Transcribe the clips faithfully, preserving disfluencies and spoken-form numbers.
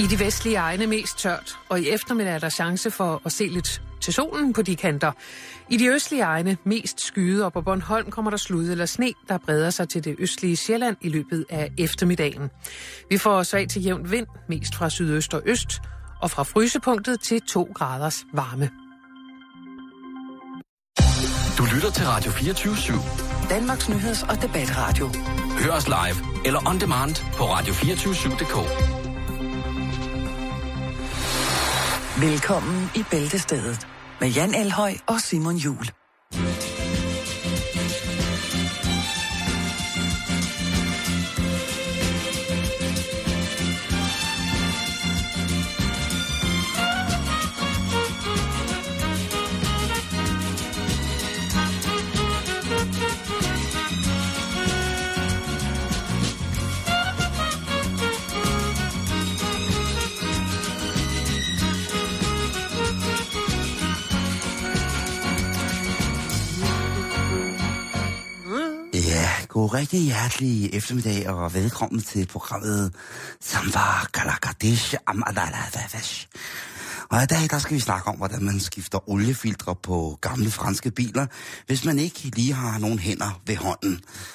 I de vestlige egne mest tørt, og i eftermiddag er der chance for at se lidt til solen på de kanter. I de østlige egne mest skyde, og på Bornholm kommer der slud eller sne, der breder sig til det østlige Sjælland i løbet af eftermiddagen. Vi får svag til jævn vind, mest fra sydøst og øst, og fra frysepunktet til to graders varme. Du lytter til Radio fireogtyve syv. Danmarks nyheds- og debatradio. Hør os live eller on demand på radio to fire syv punktum d k. Velkommen i Bæltestedet med Jan Elhøj og Simon Juhl. God rigtig hjertelig eftermiddag og velkommen til programmet Samvar Kalakadish Amadalavash. Og i dag der skal vi snakke om, hvordan man skifter oliefiltre på gamle franske biler, hvis man ikke lige har nogen hænder ved hånden.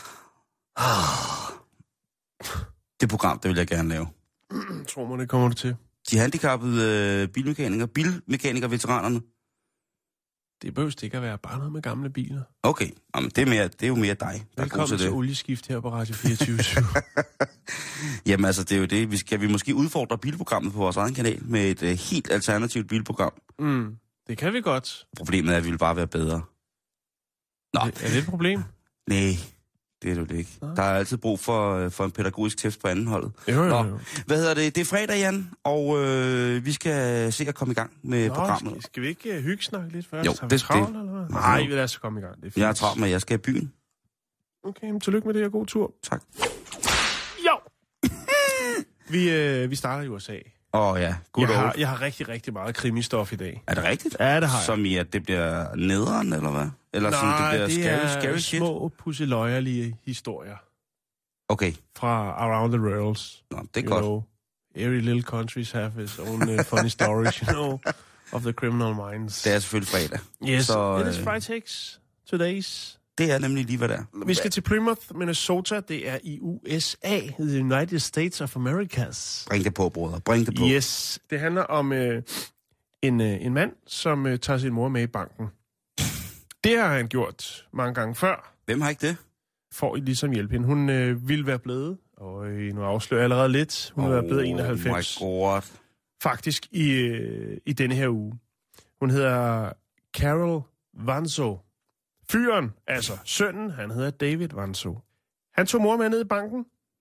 Det program, det vil jeg gerne lave. Tror man, det kommer du til? De handicappede øh, bilmekanikere, bilmekaniker-veteranerne. Det behøver ikke at være bare noget med gamle biler. Okay, jamen, det, er mere, det er jo mere dig. Velkommen til, til olieskift her på Radio fireogtyve syv. Jamen altså, det er jo det. Vi skal vi måske udfordre bilprogrammet på vores egen kanal med et uh, helt alternativt bilprogram. Mm, det kan vi godt. Problemet er, at vi vil bare være bedre. Nå. Er det, er det et problem? Nej, det er det jo ikke. Nå. Der er altid brug for, for en pædagogisk test på anden holdet. Jo, jo, jo. Hvad hedder det? Det er fredag, Jan, og øh, vi skal se at komme i gang med Nå, programmet. Skal, skal vi ikke uh, hyggesnakke lidt først? Jo, det, det skal eller hvad? Nej, lad os komme i gang. Det er fint. Jeg er travlt med, at jeg skal i byen. Okay, men tillykke med det, og god tur. Tak. Jo! vi, øh, vi starter i U S A. Åh oh, ja, good jeg old. har, jeg har rigtig, rigtig meget krimistof i dag. Er det rigtigt? Ja, det har jeg. Som i, at det bliver nederen, eller hvad? Eller Nej, sådan, det bliver det scary, er scary shit? små, pusseløjerlige historier. Okay. Fra Around the Rails. Nå, det er you godt. Know, every little countries have its own uh, funny stories, you know, of the criminal minds. Det er selvfølgelig fredag. Yes, så, it is øh, Fridays, today's. Det er nemlig lige, hvad det er. Vi skal til Plymouth, Minnesota. Det er i U S A, the United States of Americas. Bring det på, brødre. Bring det på. Yes. Det handler om øh, en, øh, en mand, som øh, tager sin mor med i banken. Det har han gjort mange gange før. Hvem har ikke det? For ligesom hjælpe hende. Hun øh, ville være blevet, og øh, nu afslører jeg allerede lidt, hun oh, vil være blevet enoghalvfems. Oh my god. Faktisk i, øh, i denne her uge. Hun hedder Carol Vanzo. Fyren, altså sønnen, han hedder David Vanzo. Han tog mor med ned i banken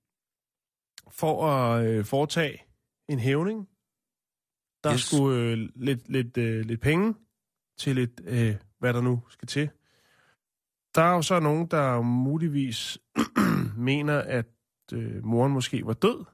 for at øh, foretage en hævning. Der yes. skulle øh, lidt, lidt, øh, lidt penge til lidt, øh, hvad der nu skal til. Der er jo så nogen, der muligvis mener, at øh, moren måske var død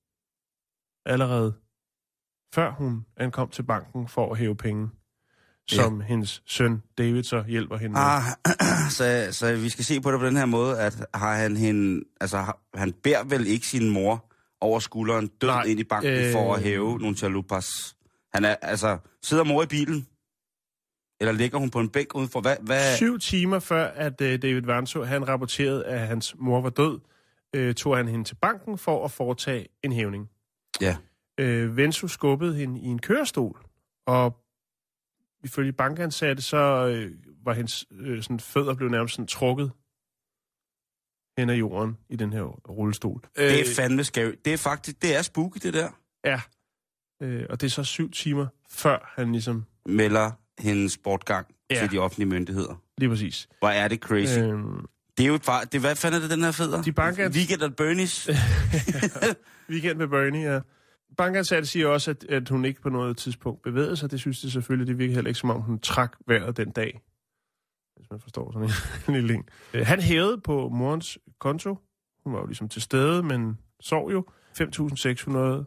allerede før hun ankom til banken for at hæve penge, som ja. hendes søn David så hjælper hende med. Ah, så, så vi skal se på det på den her måde, at har han hende, altså han bærer vel ikke sin mor over skulderen død Nej, ind i banken øh... for at hæve nogle chalupas. Han er, altså, sidder mor i bilen? Eller ligger hun på en bænk udenfor? Hvad, hvad... Syv timer før, at uh, David Vanzo, han rapporterede, at hans mor var død, uh, tog han hende til banken for at foretage en hævning. Ja. Uh, Vanzo skubbede hende i en kørestol, og ifølge bankansatte, så uh, var hendes uh, sådan, fødder blev nærmest sådan, trukket hen ad jorden i den her rullestol. Det er fandme scary. Det er faktisk, det er spooky, det der. Ja. Uh, og det er så syv timer før, han ligesom... melder hendes bortgang ja. til de offentlige myndigheder. Lige præcis. Hvor er det crazy. Øhm, det er jo bare... Det, hvad fanden er det, den her feder? De bankans... Weekend at Bernie's. Weekend med Bernie, ja. Bankansatte siger også, at, at hun ikke på noget tidspunkt bevægede sig. Det synes de selvfølgelig, det virker heller ikke, som om hun trak vejret den dag. Hvis man forstår sådan en lille en. Han hævede på morens konto. Hun var jo ligesom til stede, men sov jo. fem tusind seks hundrede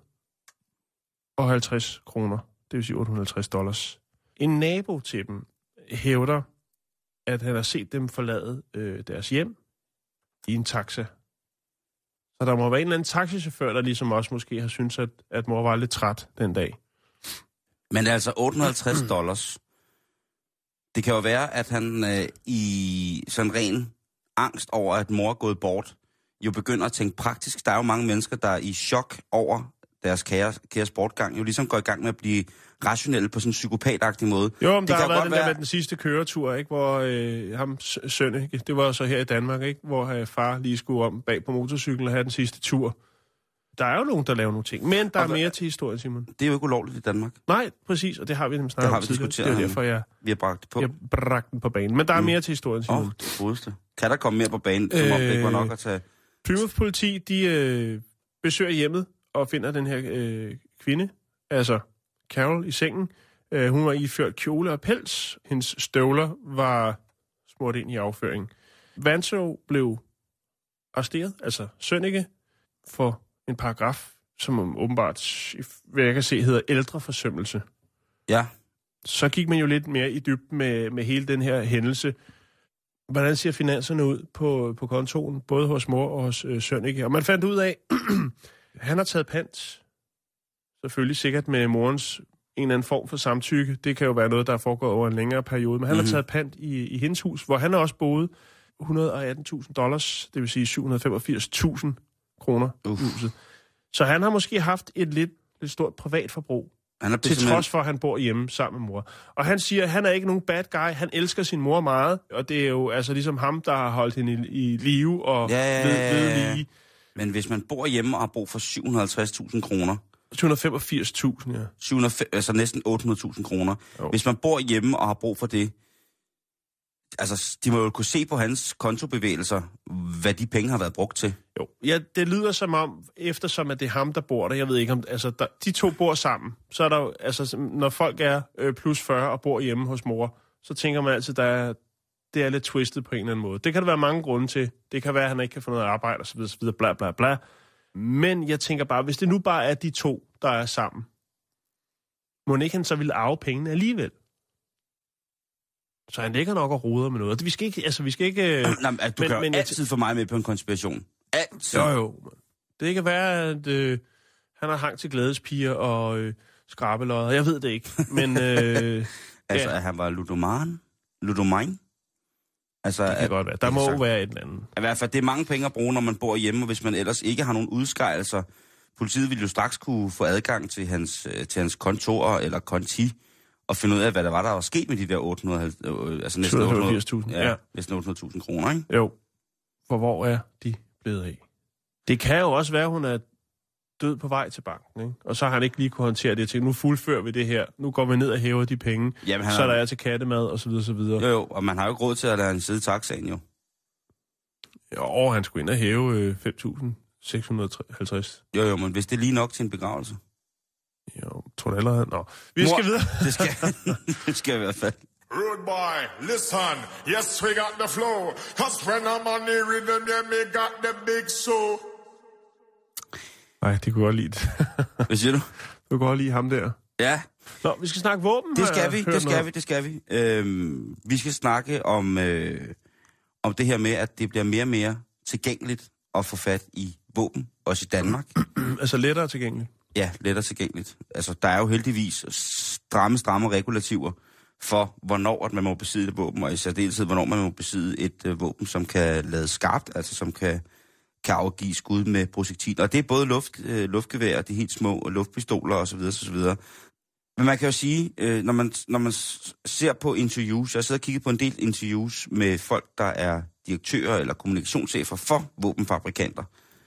og halvtreds kroner. Det vil sige otte hundrede og halvtreds dollars. En nabo til dem hævder, at han har set dem forlade øh, deres hjem i en taxa. Så der må være en eller anden taxichauffør, der ligesom også måske har syntes, at, at mor var lidt træt den dag. Men altså otte hundrede og halvtreds dollars. Det kan jo være, at han øh, i sådan ren angst over, at mor er gået bort, jo begynder at tænke praktisk. Der er jo mange mennesker, der er i chok over deres kære, kære sportgang, jo ligesom går i gang med at blive rationelle på sådan en psykopatagtig måde. Jo, men det der har været den være... der med den sidste køretur, ikke, hvor øh, ham søn, ikke, det var så her i Danmark, ikke, hvor øh, far lige skulle om bag på motorcyklen og have den sidste tur. Der er jo nogen, der laver nogle ting, men der og er mere til historien, Simon. Det er jo ikke ulovligt i Danmark. Nej, præcis, og det har vi nemlig snakket om tidligere. Det er derfor, jeg, vi har bragt det på. Jeg bragt den på banen. Men der er mm. mere til historien, Simon. Åh, oh, det godeste. Kan der komme mere på banen, som øh, om det ikke var nok at tage... Plymouth politi, de øh, besøger hjemmet og finder den her øh, kvinde, altså Carol, i sengen. Øh, hun var iført kjole og pels. Hendes støvler var smurt ind i afføringen. Vanso blev arresteret, altså Sønneke, for en paragraf, som åbenbart, hvad jeg kan se, hedder ældreforsømmelse. Ja. Så gik man jo lidt mere i dybden med, med hele den her hændelse. Hvordan ser finanserne ud på, på kontoen, både hos mor og hos øh, Sønneke? Og man fandt ud af, han har taget pant, selvfølgelig sikkert med morens en eller anden form for samtykke. Det kan jo være noget, der er foregået over en længere periode. Men han mm-hmm. har taget pant i, i hendes hus, hvor han har også boet et hundrede og atten tusind dollars, det vil sige syv hundrede og femogfirs tusind kroner i huset. Så han har måske haft et lidt, lidt stort privatforbrug, han er til trods for, at han bor hjemme sammen med mor. Og han siger, at han er ikke nogen bad guy. Han elsker sin mor meget, og det er jo altså ligesom ham, der har holdt hende i, i live og ja, ja, ja, ved, ved lige. Men hvis man bor hjemme og har brug for syv hundrede og halvtreds tusind kroner... syv hundrede og femogfirs tusind, ja. syv hundrede, altså næsten otte hundrede tusind kroner. Jo. Hvis man bor hjemme og har brug for det... Altså, de må jo kunne se på hans kontobevægelser, hvad de penge har været brugt til. Jo, ja, det lyder som om, eftersom at det er ham, der bor der, jeg ved ikke om, altså, der, de to bor sammen, så er der jo, altså, når folk er øh, plus fyrre og bor hjemme hos mor, så tænker man altid, der er, det er lidt twistet på en eller anden måde. Det kan der være mange grunde til. Det kan være, at han ikke kan få noget arbejde, og så videre, så videre, bla, bla, bla. Men jeg tænker bare, hvis det nu bare er de to, der er sammen, må ikke han så ville arve pengene alligevel? Så han ligger nok og roder med noget. Vi skal ikke... Altså, vi skal ikke... Nej, men, du men, kan men, altid få mig med på en konspiration. Altid. Jo, jo. Det kan være, at øh, han har hang til glædespiger og øh, skrabelodder. Jeg ved det ikke, men... Øh, altså, ja. At han var ludoman? Ludoman? Altså, det kan at, godt være. Der må jo være et eller andet. I hvert fald, det er mange penge at bruge, når man bor hjemme, og hvis man ellers ikke har nogen udskejelser. Politiet ville jo straks kunne få adgang til hans, til hans kontor eller konti, og finde ud af, hvad der var, der var sket med de der otte hundrede, altså næsten otte hundrede tusind. Ja, ja. Næsten otte hundrede tusind kroner, ikke? Jo. For hvor er de blevet af? Det kan jo også være, at hun er død på vej til banken, ikke? Og så har han ikke lige kunne håndtere det til. Nu fuldfører vi det her. Nu går vi ned og hæver de penge. Jamen, så er der er til kattemad, og så videre, så videre. Jo, jo, og man har jo ikke råd til at lade han sidde i taxaen, jo. Jo, han skulle ind og hæve øh, fem tusind seks hundrede og halvtreds. Jo, jo, men hvis det er lige nok til en begravelse. Jo, tror du allerede? Nå, vi skal videre. Det skal, det skal i hvert fald. Rude boy, listen. Yes, we got the flow. Cause when I'm on the rhythm, yeah, me got the big show. Nej, det kunne godt lide det. Hvad siger du? Du kunne godt lide ham der. Ja. Nå, vi skal snakke våben. Det skal vi, det skal noget. vi, det skal vi. Øhm, vi skal snakke om, øh, om det her med, at det bliver mere og mere tilgængeligt at få fat i våben, også i Danmark. Altså lettere tilgængeligt? Ja, lettere tilgængeligt. Altså, der er jo heldigvis stramme, stramme regulativer for, hvornår at man må besidde et våben, og i særdeleshed, hvornår man må besidde et øh, våben, som kan lade skarpt, altså som kan, kan afgive skud med projektiler. Og det er både luft, øh, luftgevær, de helt små luftpistoler osv. osv. Men man kan jo sige, øh, når, man, når man ser på interviews, jeg har siddet og kigget på en del interviews med folk, der er direktører eller kommunikationschefer for våbenfabrikanter.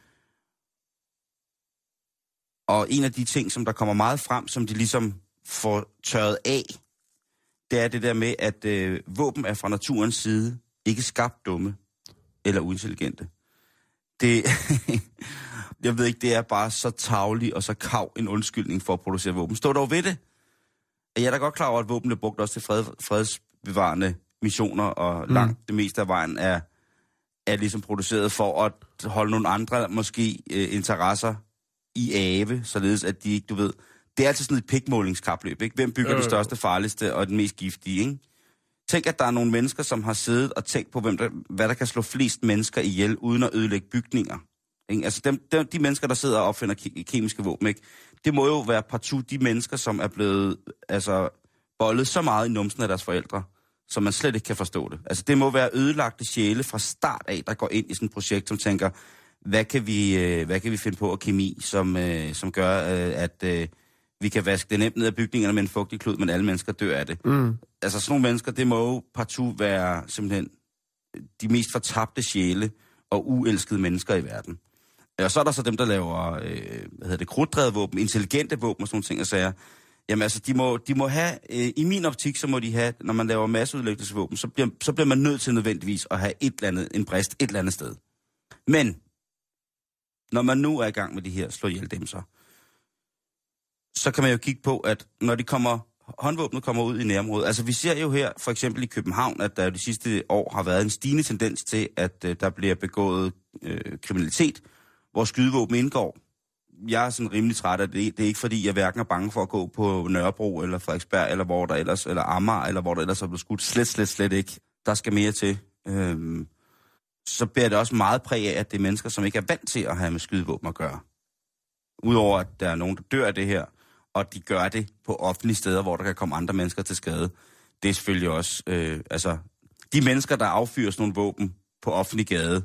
Og en af de ting, som der kommer meget frem, som de ligesom får tørret af, det er det der med, at øh, våben er fra naturens side ikke skabt dumme eller uintelligente. Det, jeg ved ikke, det er bare så tarvelig og så kav en undskyldning for at producere våben. Stå dog ved det. Jeg er da godt klar over, at våben er brugt også til fred, fredsbevarende missioner, og mm. langt det meste af vejen er, er ligesom produceret for at holde nogle andre måske øh, interesser i ave, således at de ikke, du ved... Det er altid sådan et pikmålingskapløb, ikke? Hvem bygger øh. den største, farligste og den mest giftige, ikke? Tænk, at der er nogle mennesker, som har siddet og tænkt på, hvem der, hvad der kan slå flest mennesker ihjel, uden at ødelægge bygninger. Ikke? Altså dem, dem, de mennesker, der sidder og opfinder ke- kemiske våben, ikke? Det må jo være partout de mennesker, som er blevet altså, bollet så meget i numsen af deres forældre, så man slet ikke kan forstå det. Altså det må være ødelagte sjæle fra start af, der går ind i sådan et projekt, som tænker, hvad kan vi, øh, hvad kan vi finde på af kemi, som, øh, som gør, øh, at øh, vi kan vaske det nemt ned af bygningerne med en fugtig klud, men alle mennesker dør af det. Mm. Altså sådan nogle mennesker, det må jo partout være simpelthen de mest fortabte sjæle og uelskede mennesker i verden. Og så er der så dem, der laver, øh, hvad hedder det, krudtdrevet våben, intelligente våben og sådan nogle ting og sager. Jamen altså, de må, de må have, øh, i min optik, så må de have, når man laver masseudlæggelsesvåben, så bliver, så bliver man nødt til nødvendigvis at have et eller andet, en brist et eller andet sted. Men, når man nu er i gang med de her slå ihjel dem så, så kan man jo kigge på, at når de kommer, håndvåbnet kommer ud i nærområdet, altså vi ser jo her, for eksempel i København, at der de sidste år har været en stigende tendens til, at øh, der bliver begået øh, kriminalitet, hvor skydevåben indgår. Jeg er sådan rimelig træt af det. Det er ikke fordi, jeg hverken er bange for at gå på Nørrebro eller Frederiksberg, eller hvor der ellers, eller Amager, eller hvor der ellers er blevet skudt. Slet, slet, slet ikke. Der skal mere til. Øhm, så bliver det også meget præg af, at det er mennesker, som ikke er vant til at have med skydevåben at gøre. Udover at der er nogen, der dør af det her, og de gør det på offentlige steder, hvor der kan komme andre mennesker til skade. Det er selvfølgelig også, øh, altså, de mennesker, der affyrer sådan nogle våben på offentlig gade,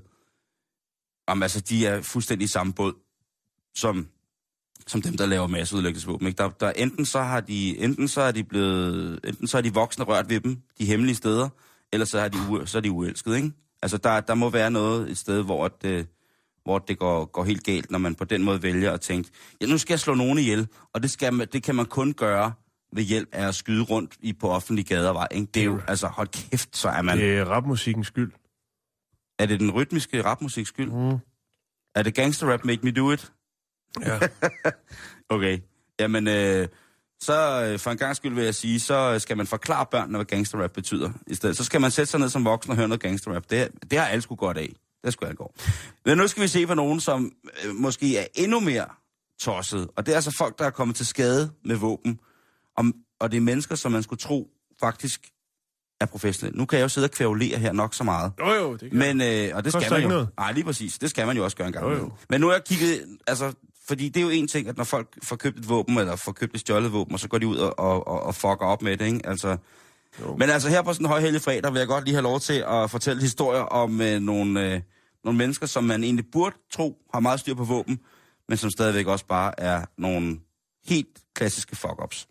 om, altså, de er fuldstændig i samme båd, som, som dem, der laver masseudlæggelsesvåben. Ikke? Der, der, enten, så har de, enten så er de blevet, enten så er de voksne rørt ved dem, de hemmelige steder, eller så er de, u, så er de uelskede, ikke? Altså, der, der må være noget et sted, hvor det, hvor det går, går helt galt, når man på den måde vælger at tænke, ja, nu skal jeg slå nogen ihjel, og det, skal man, det kan man kun gøre ved hjælp af at skyde rundt i på offentlige gader og vej, ikke? Det er jo, altså, hold kæft, så er man... Det er rapmusikkens skyld. Er det den rytmiske rapmusiks skyld? Mm. Er det gangster rap make me do it? Ja. Okay. Jamen, øh, så øh, for en gang skyld vil jeg sige, så skal man forklare børnene, hvad gangster rap betyder. I stedet. Så skal man sætte sig ned som voksen og høre noget gangster rap. Det, det har alle sgu godt af. Det skulle alle gå. Men nu skal vi se på nogen, som øh, måske er endnu mere tosset. Og det er altså folk, der er kommet til skade med våben. Om, og det er mennesker, som man skulle tro faktisk er professionelle. Nu kan jeg jo sidde og kvævlere her nok så meget. Jo jo, det kan Men, øh, og det skal man jo. Noget. Nej, lige præcis. Det skal man jo også gøre en gang. Jo, jo. Men nu har jeg kigget, altså, fordi det er jo en ting, at når folk får købt et våben, eller får købt et stjålet våben, og så går de ud og, og, og, og fucker op med det, ikke? Altså, men altså her på sådan en højhellig fredag vil jeg godt lige have lov til at fortælle historier om øh, nogle, øh, nogle mennesker, som man egentlig burde tro har meget styr på våben, men som stadigvæk også bare er nogle helt klassiske fuck-ups.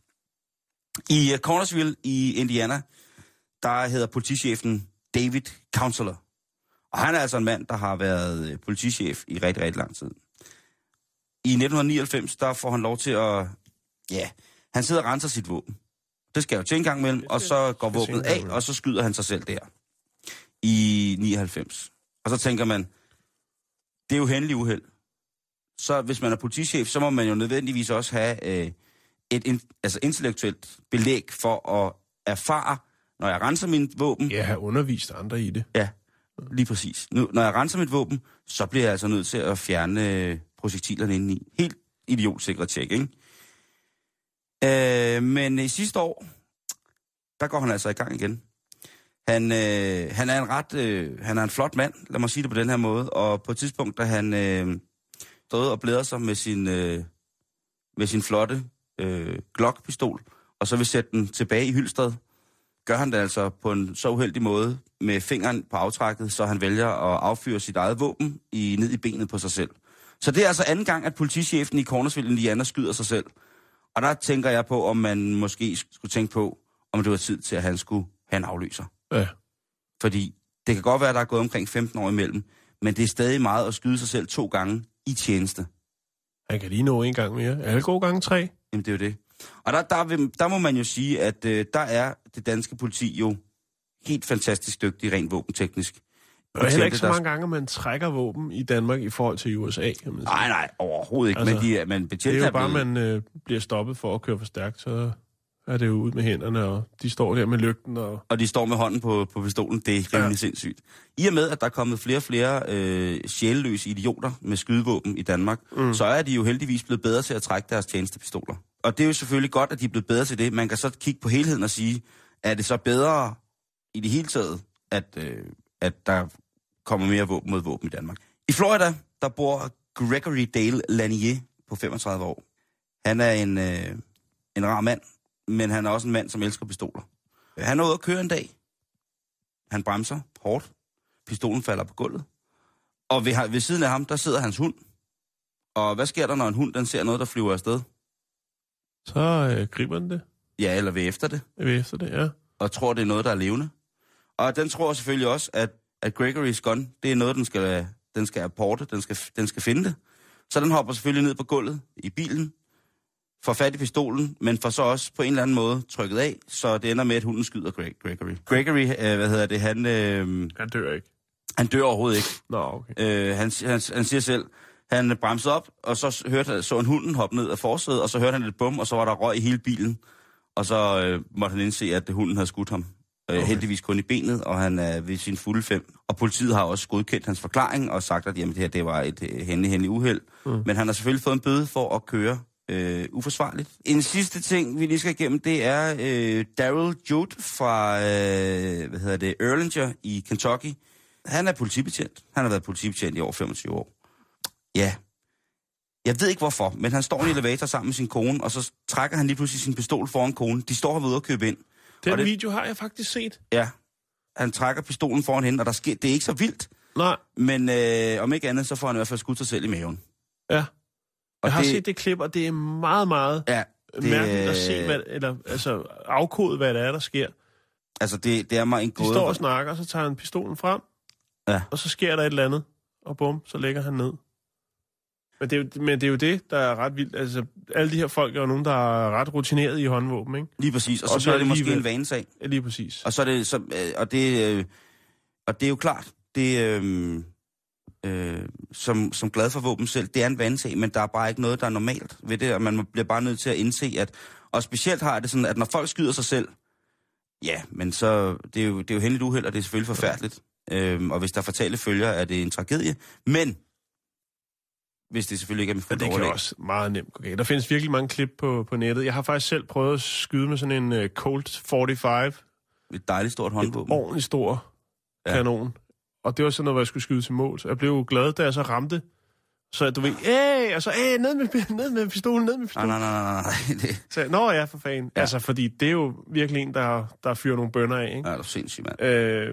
I uh, Cornersville i Indiana, der hedder politichefen David Counselor. Og han er altså en mand, der har været øh, politichef i rigtig, rigtig lang tid. I nitten nioghalvfems, der får han lov til at... Ja, han sidder og renser sit våben. Det skal jo til en gang imellem, og så går våbnet af, og så skyder han sig selv der. I nioghalvfems. Og så tænker man, det er jo hændelig uheld. Så hvis man er politichef, så må man jo nødvendigvis også have øh, et in, altså intellektuelt belæg for at erfare, når jeg renser min våben... Ja, have undervist andre i det. Ja, lige præcis. Nu, når jeg renser mit våben, så bliver jeg altså nødt til at fjerne øh, projektilerne indeni. Helt idiotsikkert tjek, ikke? Øh, men i sidste år, der går han altså i gang igen. Han, øh, han er en ret, øh, han er en flot mand, lad mig sige det på den her måde, og på et tidspunkt, da han øh, stod og blæder sig med sin, øh, med sin flotte øh, Glock-pistol, og så vil sætte den tilbage i hylstret, gør han det altså på en så uheldig måde med fingeren på aftrækket, så han vælger at affyre sit eget våben i, ned i benet på sig selv. Så det er altså anden gang, at politichefen i Cornersville, Indiana, skyder sig selv. Og der tænker jeg på, om man måske skulle tænke på, om det var tid til, at han skulle have en afløser. Ja. Fordi det kan godt være, at der er gået omkring femten år imellem, men det er stadig meget at skyde sig selv to gange i tjeneste. Han kan lige nå en gang mere. Alle gode gange tre. Jamen, det er jo det. Og der, der, vil, der må man jo sige, at øh, der er det danske politi jo helt fantastisk dygtig rent våbenteknisk. Og det er heller ikke så mange gange, at man trækker våben i Danmark i forhold til U S A, kan man sige. Nej, nej, overhovedet ikke. Altså, men de, man det er jo bare, blevet... man øh, bliver stoppet for at køre for stærkt, så er det jo ud med hænderne, og de står der med lygten. Og, og de står med hånden på, på pistolen, det er rimelig ja. sindssygt. I og med, at der er kommet flere og flere øh, sjælløse idioter med skydevåben i Danmark, mm. så er de jo heldigvis blevet bedre til at trække deres tjenestepistoler. Og det er jo selvfølgelig godt, at de er blevet bedre til det. Man kan så kigge på helheden og sige, er det så bedre i det hele taget, at, øh, at der kommer mere våben mod våben i Danmark. I Florida, der bor Gregory Dale Lanier på femogtredive år. Han er en, øh, en rar mand, men han er også en mand, som elsker pistoler. Han er ude at køre en dag. Han bremser hårdt. Pistolen falder på gulvet. Og ved, ved siden af ham, der sidder hans hund. Og hvad sker der, når en hund den ser noget, der flyver afsted? Så øh, griber den det. Ja, eller ved efter det. Ved efter det, ja. Og tror, det er noget, der er levende. Og den tror selvfølgelig også, at, at Gregory's gun, det er noget, den skal, den skal apporte, den skal, den skal finde det. Så den hopper selvfølgelig ned på gulvet i bilen, får fat i pistolen, men får så også på en eller anden måde trykket af, så det ender med, at hunden skyder Greg, Gregory. Gregory, øh, hvad hedder det, han... Øh, han dør ikke. Han dør overhovedet ikke. Nå, okay. Øh, han, han, han siger selv, han bremsede op, og så hørte, så en hunden hoppe ned af forsædet, og så hørte han et bum, og så var der røg i hele bilen. Og så øh, måtte han indse, at hunden havde skudt ham. Okay. Heldigvis kun i benet, og han er ved sin fulde fem. Og politiet har også godkendt hans forklaring og sagt, at jamen, det her det var et uh, hændeligt, hændeligt uheld. Mm. Men han har selvfølgelig fået en bøde for at køre uh, uforsvarligt. En sidste ting, vi lige skal igennem, det er uh, Daryl Judd fra uh, hvad hedder det, Erlanger i Kentucky. Han er politibetjent. Han har været politibetjent i over femogtyve år. Ja. Jeg ved ikke hvorfor, men han står i en elevator sammen med sin kone, og så trækker han lige pludselig sin pistol foran konen. De står herude og købe ind. Den det, video har jeg faktisk set. Ja, han trækker pistolen foran hende, og der sker, det er ikke så vildt. Nej. Men øh, om ikke andet, så får han i hvert fald skudt sig selv i maven. Ja. Og jeg har det, set det klip, og det er meget, meget ja, det, mærkeligt at se, hvad, eller altså afkode, hvad det er, der sker. Altså, det, det er mig en gåde. De står og snakker, og så tager han pistolen frem, ja. Og så sker der et eller andet, og bum, så lægger han ned. Men det, er jo, men det er jo det, der er ret vildt. Altså, alle de her folk er jo nogen, der er ret rutineret i håndvåben, ikke? Lige præcis, og så, og så bliver det måske en vanesag. Ja, lige præcis. Og så er det, så, øh, og det, øh, og det er jo klart, det øh, øh, som, som glad for våben selv, det er en vanesag, men der er bare ikke noget, der er normalt ved det, og man bliver bare nødt til at indse, at, og specielt har det sådan, at når folk skyder sig selv, ja, men så, det er jo, det er jo hændeligt uheld, og det er selvfølgelig forfærdeligt. Øh, og hvis der er fatale følger, er det en tragedie, men hvis det selvfølgelig ikke er med fuldt overlæg. Det kan også meget nemt gå galt. Der findes virkelig mange klip på, på nettet. Jeg har faktisk selv prøvet at skyde med sådan en uh, Colt femogfyrre. Et dejligt stort håndvåben. Et ordentligt stor ja. kanon. Og det var sådan noget, hvor jeg skulle skyde til mål. Så jeg blev jo glad, da jeg så ramte. Så du ved, æh, og så æh, ned med, ned med pistolen, ned med pistolen. Nej, nej, nej, nej. Det... Så, nå ja, for fanden. Ja. Altså, fordi det er jo virkelig en, der, der fyrer nogle bønner af, ikke? Ja, det er sindssygt, mand. Øh,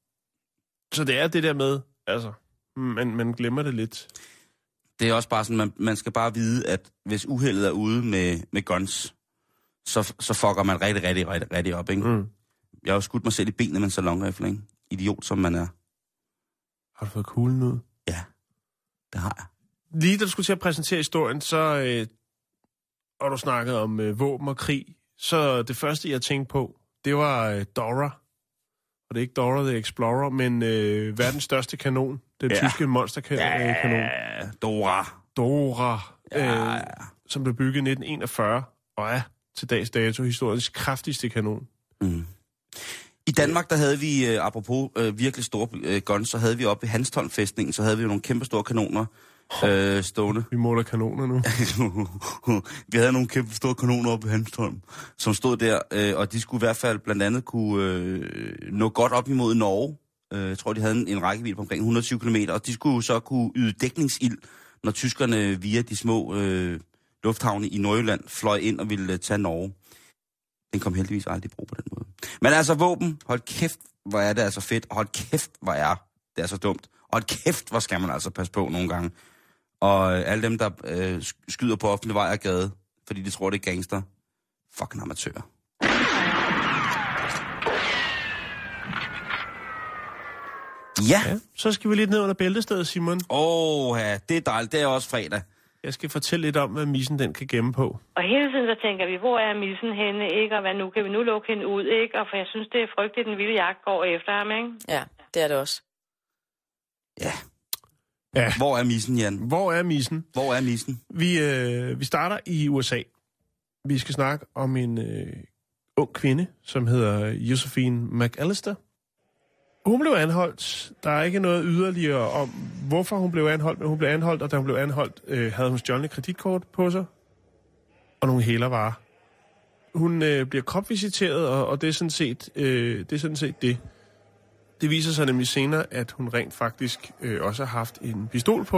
så det er det der med, altså, man, man glemmer det lidt. Det er også bare sådan, man, man skal bare vide, at hvis uheldet er ude med, med guns, så, så fucker man rigtig, rigtig, rigtig, rigtig op, ikke? Mm. Jeg har jo skudt mig selv i benet med en salonrifle, ikke? Idiot, som man er. Har du fået kuglen ud? Ja, det har jeg. Lige da du skulle til at præsentere historien, så øh, og du snakkede om øh, våben og krig, så det første, jeg tænkte på, det var øh, Dora. Og det er ikke Dora the Explorer, men øh, verdens største kanon. Den ja. tyske monsterkanon. Ja, Dora. Dora, ja. øh, som blev bygget i nitten enogfyrre, og er til dags dato historisk kraftigste kanon. Mm. I Danmark, der havde vi, øh, apropos øh, virkelig store øh, guns, så havde vi oppe ved Hanstholm-fæstningen, så havde vi jo nogle kæmpe store kanoner øh, stående. Vi måler kanoner nu. Vi havde nogle kæmpe store kanoner oppe ved Hanstholm, som stod der, øh, og de skulle i hvert fald blandt andet kunne øh, nå godt op imod Norge. Øh, jeg tror, de havde en, en rækkevidde på omkring et hundrede og tyve kilometer, og de skulle så kunne yde dækningsild, når tyskerne via de små øh, lufthavne i Nordjylland fløj ind og ville øh, tage Norge. Den kom heldigvis aldrig i brug på den måde. Men altså våben, hold kæft, hvor er det altså fedt. Hold kæft, hvor er det er så dumt. Hold kæft, hvor skal man altså passe på nogle gange. Og øh, alle dem, der øh, skyder på offentlig vej og gade, fordi de tror, det er gangster. Fucking amatører. Ja. ja. Så skal vi lidt ned under bæltestedet, Simon. Åh, oh, ja, det er dejligt. Det er også fredag. Jeg skal fortælle lidt om, hvad missen den kan gemme på. Og hele tiden så tænker vi, hvor er missen henne, ikke? Og hvad nu? Kan vi nu lukke hende ud, ikke? Og for jeg synes, det er frygteligt, den vilde jagt går efter ham, ikke? Ja, det er det også. Ja. Ja. Hvor er missen, Jan? Hvor er missen? Hvor er missen? Vi, øh, vi starter i U S A. Vi skal snakke om en øh, ung kvinde, som hedder Josephine McAllister. Hun blev anholdt. Der er ikke noget yderligere om, hvorfor hun blev anholdt, men hun blev anholdt, og da hun blev anholdt, øh, havde hun stjålet kreditkort på sig, og nogle hælervarer. Hun øh, bliver kropvisiteret, og, og det, er sådan set, øh, det er sådan set det. Det viser sig nemlig senere, at hun rent faktisk øh, også har haft en pistol på,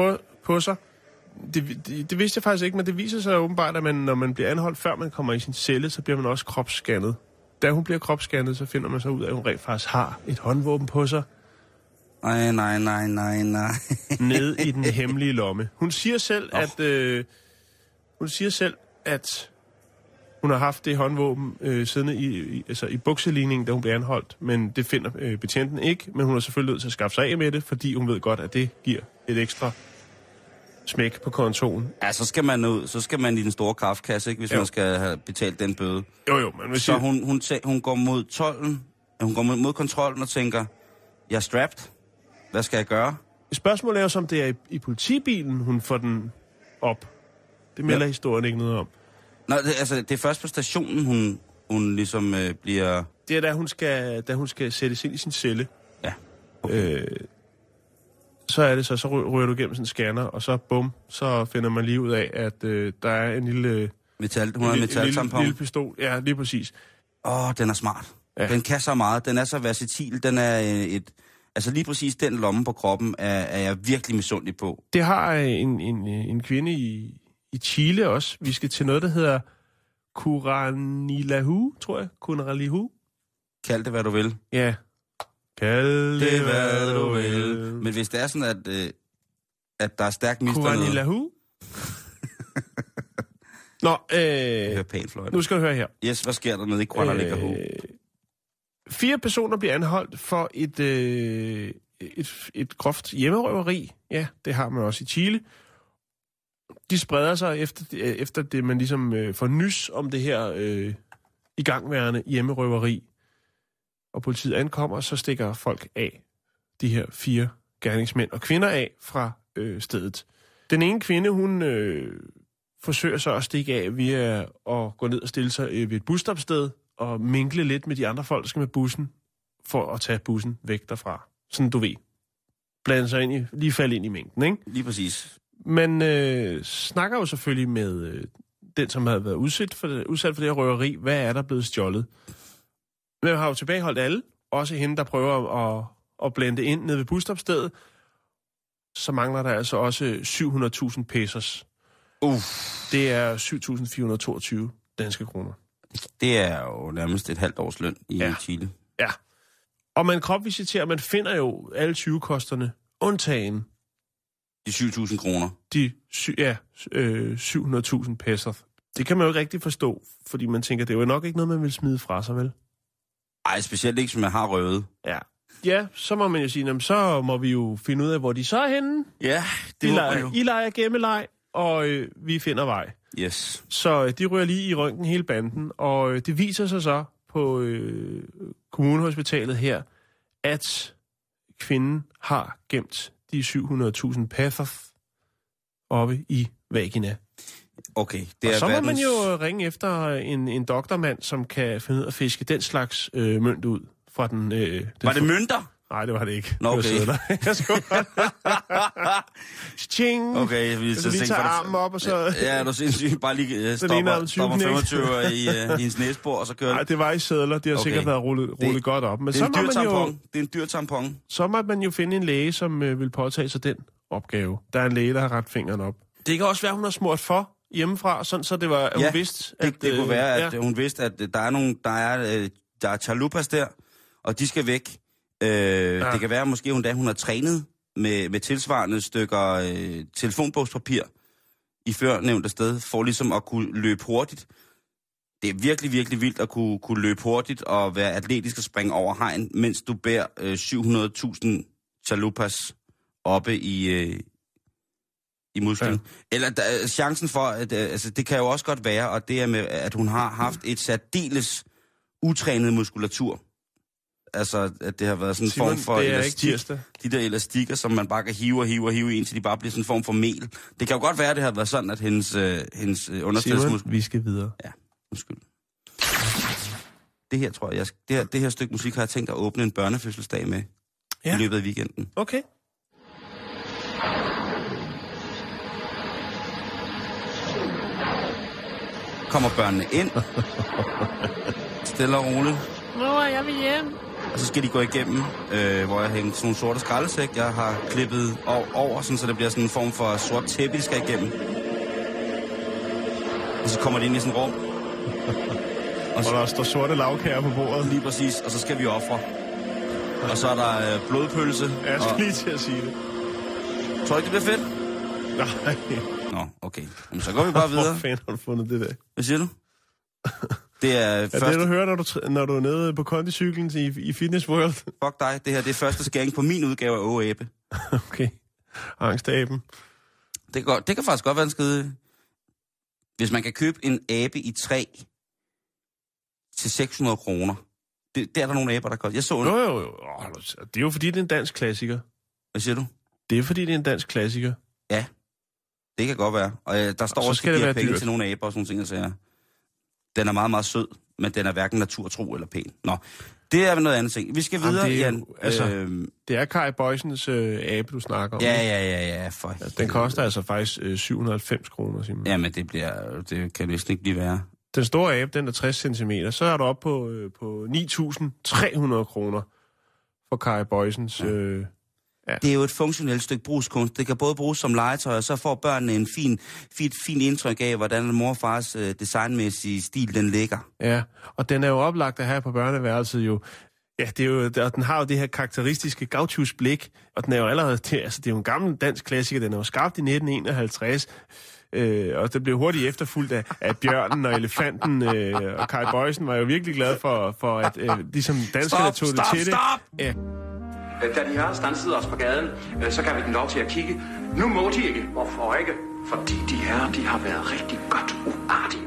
på sig. Det, det, det vidste jeg faktisk ikke, men det viser sig åbenbart, at man, når man bliver anholdt, før man kommer i sin celle, så bliver man også kropsscannet. Da hun bliver kropsscannet, så finder man så ud af, at hun rent faktisk har et håndvåben på sig. Nej, nej, nej, nej, nej. Nede i den hemmelige lomme. Hun siger selv, oh. at øh, hun siger selv, at hun har haft det håndvåben øh, siddende i, i, altså i bukseligningen, da hun bliver anholdt, men det finder øh, betjenten ikke, men hun er selvfølgelig nødt til at skaffe sig af med det, fordi hun ved godt, at det giver et ekstra smæk på kontoen. Ja, så skal man ud, så skal man i den store kaffekasse, ikke, hvis jo. man skal have betalt den bøde. Jo, jo, men hvis så hun, hun, hun går mod tolden, hun går mod, mod kontrollen og tænker, jeg er strapped, hvad skal jeg gøre? Spørgsmålet er jo, om det er i, i politibilen, hun får den op. Det melder ja. historien ikke noget om. Nå, det, altså, det er først på stationen, hun, hun ligesom øh, bliver... Det er, da hun skal, da hun skal sættes ind i sin celle. Ja. Okay. Øh, så er det så, så ryger du igennem sådan en scanner, og så bum, så finder man lige ud af, at øh, der er en lille... Metal, hun har en metaltampon. En lille, lille pistol, ja, lige præcis. Åh, oh, den er smart. Ja. Den kan så meget, den er så versatil, den er et... Altså lige præcis den lomme på kroppen er, er jeg virkelig misundelig på. Det har en, en, en kvinde i, i Chile også. Vi skal til noget, der hedder Curanilahu, tror jeg. Curanilahu. Kald det, hvad du vil. Ja. Kald det, det hvad du vil. Men hvis det er sådan, at, øh, at der er stærkt mistet noget... Curanilahu? Nå, øh... Jeg hører pænfløjte. Nu skal du høre her. Yes, hvad sker der nede i Curanilahu? Øh... Fire personer bliver anholdt for et, øh, et, et groft hjemmerøveri. Ja, det har man også i Chile. De spreder sig efter, efter det, man ligesom øh, får nys om det her øh, igangværende hjemmerøveri. Og politiet ankommer, så stikker folk af, de her fire gerningsmænd og kvinder af fra øh, stedet. Den ene kvinde, hun øh, forsøger så at stikke af via at gå ned og stille sig øh, ved et busstopsted, og minkle lidt med de andre folk, der skal med bussen, for at tage bussen væk derfra. Sådan du ved. Blande sig ind i, lige falde ind i mængden, ikke? Lige præcis. Man øh, snakker jo selvfølgelig med øh, den, som havde været udsat for, det, udsat for det her røveri. Hvad er der blevet stjålet? Men man har jo tilbageholdt alle. Også hende, der prøver at, at blende ind ned ved busstopstedet. Så mangler der altså også syv hundrede tusind pesos. Uff. Det er syv tusind fire hundrede og toogtyve danske kroner. Det er jo nærmest et halvt års løn i ja. Chile. Ja. Og man kropvisiterer, man finder jo alle tyvekosterne, undtagen de syv tusind kroner. De sy- ja, øh, syv hundrede tusind pesos. Det kan man jo ikke rigtig forstå, fordi man tænker, det er jo nok ikke noget, man vil smide fra sig, vel? Ej, specielt ikke, som man har røvet. Ja. Ja, så må man jo sige, jamen, så må vi jo finde ud af, hvor de så er henne. Ja, det må man jo. I leger gemmeleg, og øh, vi finder vej. Yes. Så øh, de rører lige i røntgen hele banden, og øh, det viser sig så på øh, kommunehospitalet her, at kvinden har gemt de syv hundrede tusind pesos oppe i vagina. Okay, det er og så må verdens... man jo ringe efter en, en doktormand, som kan finde ud af at fiske den slags øh, mønt ud fra den... Øh, den var det mønter? Nej, det var det ikke. Nå, okay. Det Ching! Okay, vi så lige tager armen op, og så... Ja, du sindssygt bare lige uh, stopper, stopper femogtyve i, uh, i hendes næsebor, og så kører... Nej, det var i sædler. Det har okay. sikkert været rullet, rullet det, godt op. Men det, så er må man jo, det er en dyr tampon. Så må man jo finde en læge, som øh, vil påtage sig den opgave. Der er en læge, der har ret fingeren op. Det kan også være, hun har smurt for hjemmefra, sådan så det var, at ja, hun vidste... At, det, det øh, kunne være, at ja. hun vidste, at der er nogle... Der er, øh, der er chalupas der, og de skal væk. Øh, ja. Det kan være, måske hun, da hun har trænet med, med tilsvarende stykker øh, telefonbogspapir i førnævnte sted, for ligesom at kunne løbe hurtigt. Det er virkelig, virkelig vildt at kunne, kunne løbe hurtigt og være atletisk og springe over hegn, mens du bærer øh, syv hundrede tusind chalupas oppe i, øh, i musklen. Ja. Eller der, chancen for, at øh, altså, det kan jo også godt være, og det er med, at hun har haft et særdeles utrænet muskulatur. Altså, at det har været sådan en Simon, form for elastik. De der elastikker, som man bare kan hive og hive og hive, indtil de bare bliver sådan en form for mel. Det kan jo godt være, at det har været sådan, at hendes, øh, hendes understødsmuskel... Simon, vi skal videre. Ja, undskyld. Det her, tror jeg, jeg det, her, det her stykke musik har jeg tænkt at åbne en børnefødselsdag med ja. i løbet af weekenden. Okay. Kommer børnene ind. Stille og roligt. Mor, jeg vil hjem. Og så skal de gå igennem, øh, hvor jeg hænger sådan nogle sorte skraldesæk, jeg har klippet over, sådan, så det bliver sådan en form for sort tæppe, de skal igennem. Og så kommer de ind i sådan et rum. Og, så, og der står sorte lavkager på bordet. Lige præcis, og så skal vi ofre. Og så er der øh, blodpølse. Ja, jeg skal og... lige til at sige det. Tror du ikke, det bliver fedt? Nej. Nå, okay. Jamen, så går vi bare videre. Hvor fanden har du fundet det der? Hvad siger du? Det er ja, første... det, du hører, når du, når du er nede på kondicyklen i, i Fitness World. Fuck dig. Det her det er første skæring på min udgave af Åge-æbe. Okay. Angstaben. Det kan, godt, det kan faktisk godt være en skide... Hvis man kan købe en abe i træ til seks hundrede kroner. Det, det er der nogle aber, der koster. Jeg så en... Jo, jo, jo. Det er jo fordi, det er en dansk klassiker. Hvad siger du? Det er fordi, det er en dansk klassiker. Ja, det kan godt være. Og øh, der står og også, skal at de det penge dyrt. til nogle aber og sådan nogle ting, så den er meget, meget sød, men den er hverken naturtro eller pæn. Nå, det er noget andet ting. Vi skal videre, Jamen, det er, Jan. Altså, øh, det er Kai Boysens øh, abe, du snakker om. Ja, ja, ja, ja. For altså, den koster altså faktisk øh, syv hundrede og halvfems kroner, Simon. Ja, men det, bliver, det kan næsten ikke blive værre. Den store abe, den er tres centimeter. Så er du oppe på, øh, på ni tusind tre hundrede kroner for Kai Boysens... Ja. Øh, ja. Det er jo et funktionelt stykke brugskunst. Det kan både bruges som legetøj, og så får børnene en fin, fin, fin indtryk af, hvordan mor og fars øh, designmæssige stil, den ligger. Ja, og den er jo oplagt at have på børneværelset jo. Ja, det er jo, og den har jo det her karakteristiske gauchus-blik, og den er jo allerede til, altså det er jo en gammel dansk klassiker, den er jo skabt i nitten enoghalvtreds, øh, og det blev hurtigt efterfulgt af, af bjørnen og elefanten, øh, og Kai Boysen var jo virkelig glad for, for at øh, ligesom danskerne tog det stop, til stop. det. Ja. Da de har standset os på gaden, så kan vi den lov til at kigge. Nu må de ikke. Hvorfor ikke? Fordi de her, de har været rigtig godt uartige.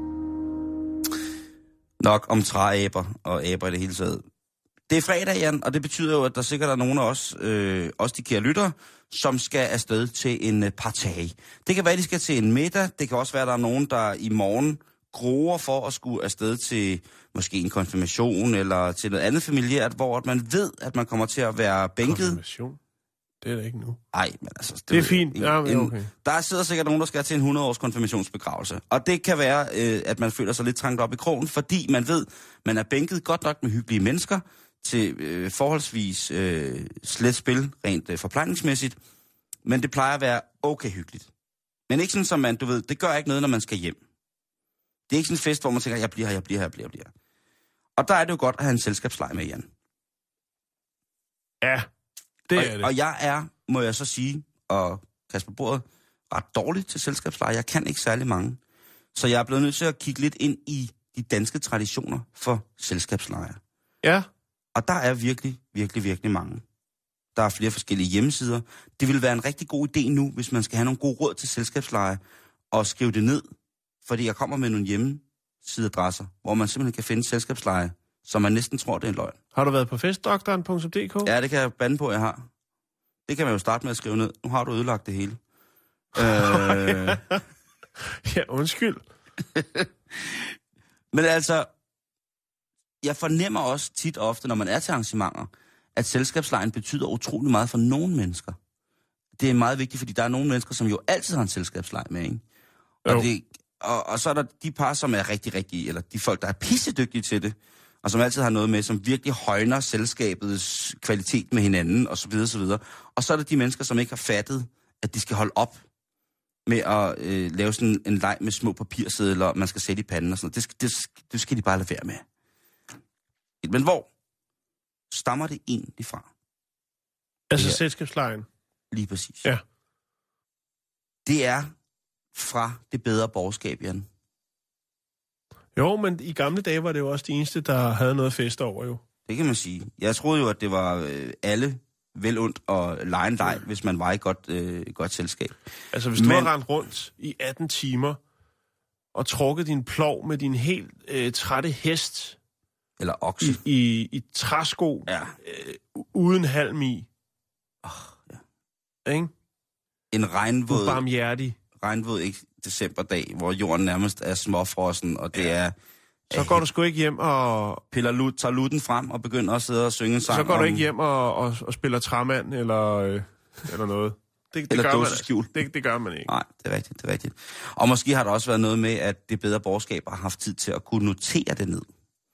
Nok om træaber og aber i det hele taget. Det er fredag, Jan, og det betyder jo, at der sikkert er nogen af os, øh, også de kære lyttere, som skal afsted til en uh, partage. Det kan være, at de skal til en middag. Det kan også være, at der er nogen, der i morgen groer for at skulle afsted til måske en konfirmation eller til noget andet familiært, hvor man ved, at man kommer til at være bænket. Konfirmation? Det er det ikke nu. Nej, men altså... Det, det er fint. En, ja, men okay. En, der sidder sikkert nogen, der skal til en hundrede-års konfirmationsbegravelse. Og det kan være, øh, at man føler sig lidt trængt op i krogen, fordi man ved, man er bænket godt nok med hyggelige mennesker til øh, forholdsvis øh, slet spil, rent øh, forplejningsmæssigt. Men det plejer at være okay hyggeligt. Men ikke sådan, som man, du ved, det gør ikke noget, når man skal hjem. Det er ikke sådan en fest, hvor man tænker, jeg bliver her, jeg bliver her, jeg bliver, jeg bliver. Og der er det jo godt at have en selskabsleg med, Jan. Ja, det og, er det. Og jeg er, må jeg så sige, og kaste på bordet, ret dårlig til selskabsleje. Jeg kan ikke særlig mange. Så jeg er blevet nødt til at kigge lidt ind i de danske traditioner for selskabsleje. Ja. Og der er virkelig, virkelig, virkelig mange. Der er flere forskellige hjemmesider. Det vil være en rigtig god idé nu, hvis man skal have nogle gode råd til selskabsleje, og skrive det ned. Fordi jeg kommer med nogle hjemmesideadresser, hvor man simpelthen kan finde selskabsleje, som man næsten tror, det er en løgn. Har du været på festdoktoren punktum d k? Ja, det kan jeg bande på, jeg har. Det kan man jo starte med at skrive ned. Nu har du ødelagt det hele. øh... Ja, undskyld. Men altså, jeg fornemmer også tit og ofte, når man er til arrangementer, at selskabslejen betyder utrolig meget for nogle mennesker. Det er meget vigtigt, fordi der er nogle mennesker, som jo altid har en selskabsleg med, ikke? Og, det, og, og så er der de par, som er rigtig, rigtig, eller de folk, der er pissedygtige til det, og som altid har noget med, som virkelig højner selskabets kvalitet med hinanden, og så videre, så videre. Og så er der de mennesker, som ikke har fattet, at de skal holde op med at øh, lave sådan en leg med små papirsedler, man skal sætte i panden og sådan noget. Det skal, det, det skal de bare lade være med. Men hvor stammer det egentlig fra? Altså selskabslejen? Lige præcis. Ja. Det er fra det bedre borgerskab, Jan. Jo, men i gamle dage var det jo også de eneste, der havde noget fest over, jo. Det kan man sige. Jeg troede jo, at det var øh, alle vel ondt og lege en leg, hvis man var i godt, øh, godt selskab. Altså, hvis du men... har rendt rundt i atten timer og trukket din plov med din helt øh, trætte hest... Eller okse. I, i, i træsko, ja. øh, uden halm i. Oh, ja. Ikke? En regnvåd... Ubarmhjertig. Regnvåd ikke decemberdag, hvor jorden nærmest er småfrossen, og det er... Så går du sgu ikke hjem og... Piller lut, tager lutten frem og begynder at sidde og synge en sang. Så går om... du ikke hjem og, og, og spiller træmand eller, øh, eller noget. Det, det, eller gør man, det, det gør man ikke. Nej, det er rigtigt, det er rigtigt. Og måske har der også været noget med, at det bedre borgerskab har haft tid til at kunne notere det ned.